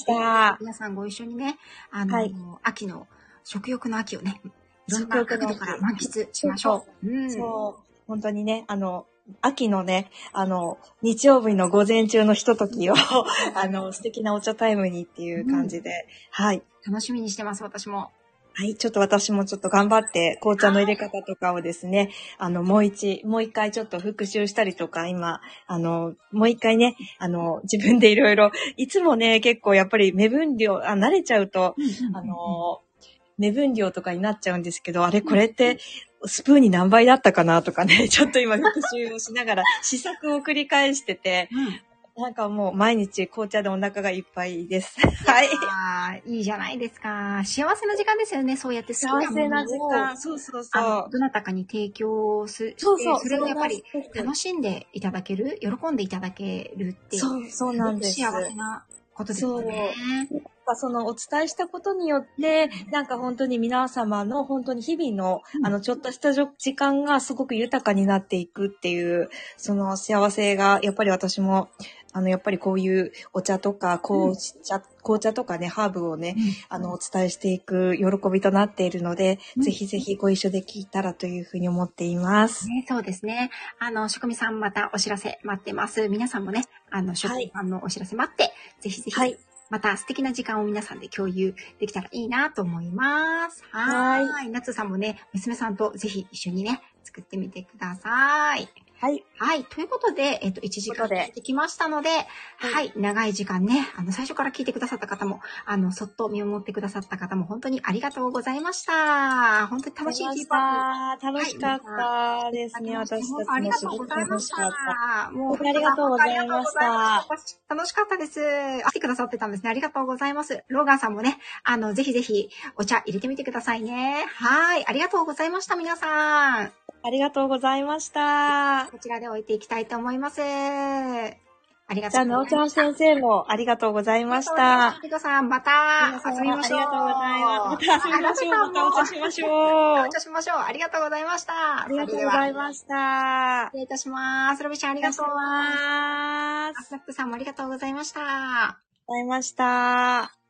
[SPEAKER 1] 皆さんご一緒にね、あの、
[SPEAKER 2] はい
[SPEAKER 1] 秋の、食欲の秋をね、いろん
[SPEAKER 2] 食
[SPEAKER 1] な角
[SPEAKER 2] 欲の秋
[SPEAKER 1] 度から満喫しましょう。うん。
[SPEAKER 2] そう。本当にね、あの、秋のね、あの、日曜日の午前中のひとときを、あの、素敵なお茶タイムにっていう感じで、はい。
[SPEAKER 1] 楽しみにしてます、私も。
[SPEAKER 2] はい、ちょっと私もちょっと頑張って紅茶の入れ方とかをですね、あの、もう一、もう一回ちょっと復習したりとか、今、あの、もう一回ね、あの、自分でいろいろ、いつもね、結構やっぱり目分量、あ、慣れちゃうと、あの、目分量とかになっちゃうんですけど、あれこれって、スプーンに何倍だったかなとかね、ちょっと今復習をしながら試作を繰り返してて、なんかもう毎日紅茶でお腹がいっぱいです。はい。
[SPEAKER 1] ああ、いいじゃないですか。幸せな時間ですよね。そうやって好き
[SPEAKER 2] 幸せ
[SPEAKER 1] なものを
[SPEAKER 2] な時間。そうそうそ
[SPEAKER 1] あの
[SPEAKER 2] う。
[SPEAKER 1] どなたかに提供すして、
[SPEAKER 2] そうそう
[SPEAKER 1] それをやっぱり
[SPEAKER 2] それが
[SPEAKER 1] 楽しんでいただける、喜んでいただけるっていう、
[SPEAKER 2] そう、そうなんです。
[SPEAKER 1] 幸せなことですよね。
[SPEAKER 2] そのお伝えしたことによって、なんか本当に皆様の本当に日々の、あの、ちょっとした時間がすごく豊かになっていくっていう、その幸せが、やっぱり私も、あの、やっぱりこういうお茶とか、紅茶、紅茶とかね、ハーブをね、あの、お伝えしていく喜びとなっているので、ぜひぜひご一緒できたらというふうに思っています。
[SPEAKER 1] ね、そうですね。あの、職味さんまたお知らせ待ってます。皆さんもね、あの、職味さんのお知らせ待って、ぜひぜひ、はいまた素敵な時間を皆さんで共有できたらいいなと思います。はい。はい。夏さんもね、娘さんとぜひ一緒にね、作ってみてください。
[SPEAKER 2] はい。
[SPEAKER 1] はい。ということで、えっと、いちじかんできましたので、はい、はい。長い時間ね、あの、最初から聞いてくださった方も、あの、そっと見守ってくださった方も、本当にありがとうございました。本当に楽しいティーパ
[SPEAKER 2] ーティー。楽しかったですね、はい、私たちも。
[SPEAKER 1] ありがとうございました。
[SPEAKER 2] もう、ありがとうございました。
[SPEAKER 1] 楽しかったです。来てくださってたんですね。ありがとうございます。ローガンさんもね、あの、ぜひぜひお茶入れてみてくださいね。はい。ありがとうございました、皆さん。
[SPEAKER 2] ありがとうございました。
[SPEAKER 1] こちらで置いていきたいと思います。ありがとうございました。
[SPEAKER 2] じゃあ、なおちゃん先生もありがとうございました。
[SPEAKER 1] リコさん、また遊びましょう。
[SPEAKER 2] ありがとうございます。また遊びましょう。またお茶しましょう。
[SPEAKER 1] お茶しましょう。ありがとうございました。
[SPEAKER 2] ありがとうございました。
[SPEAKER 1] 失礼いたします。ロビちゃん、ありがとうございます。アスナップさんもありがとうございました。
[SPEAKER 2] ございました。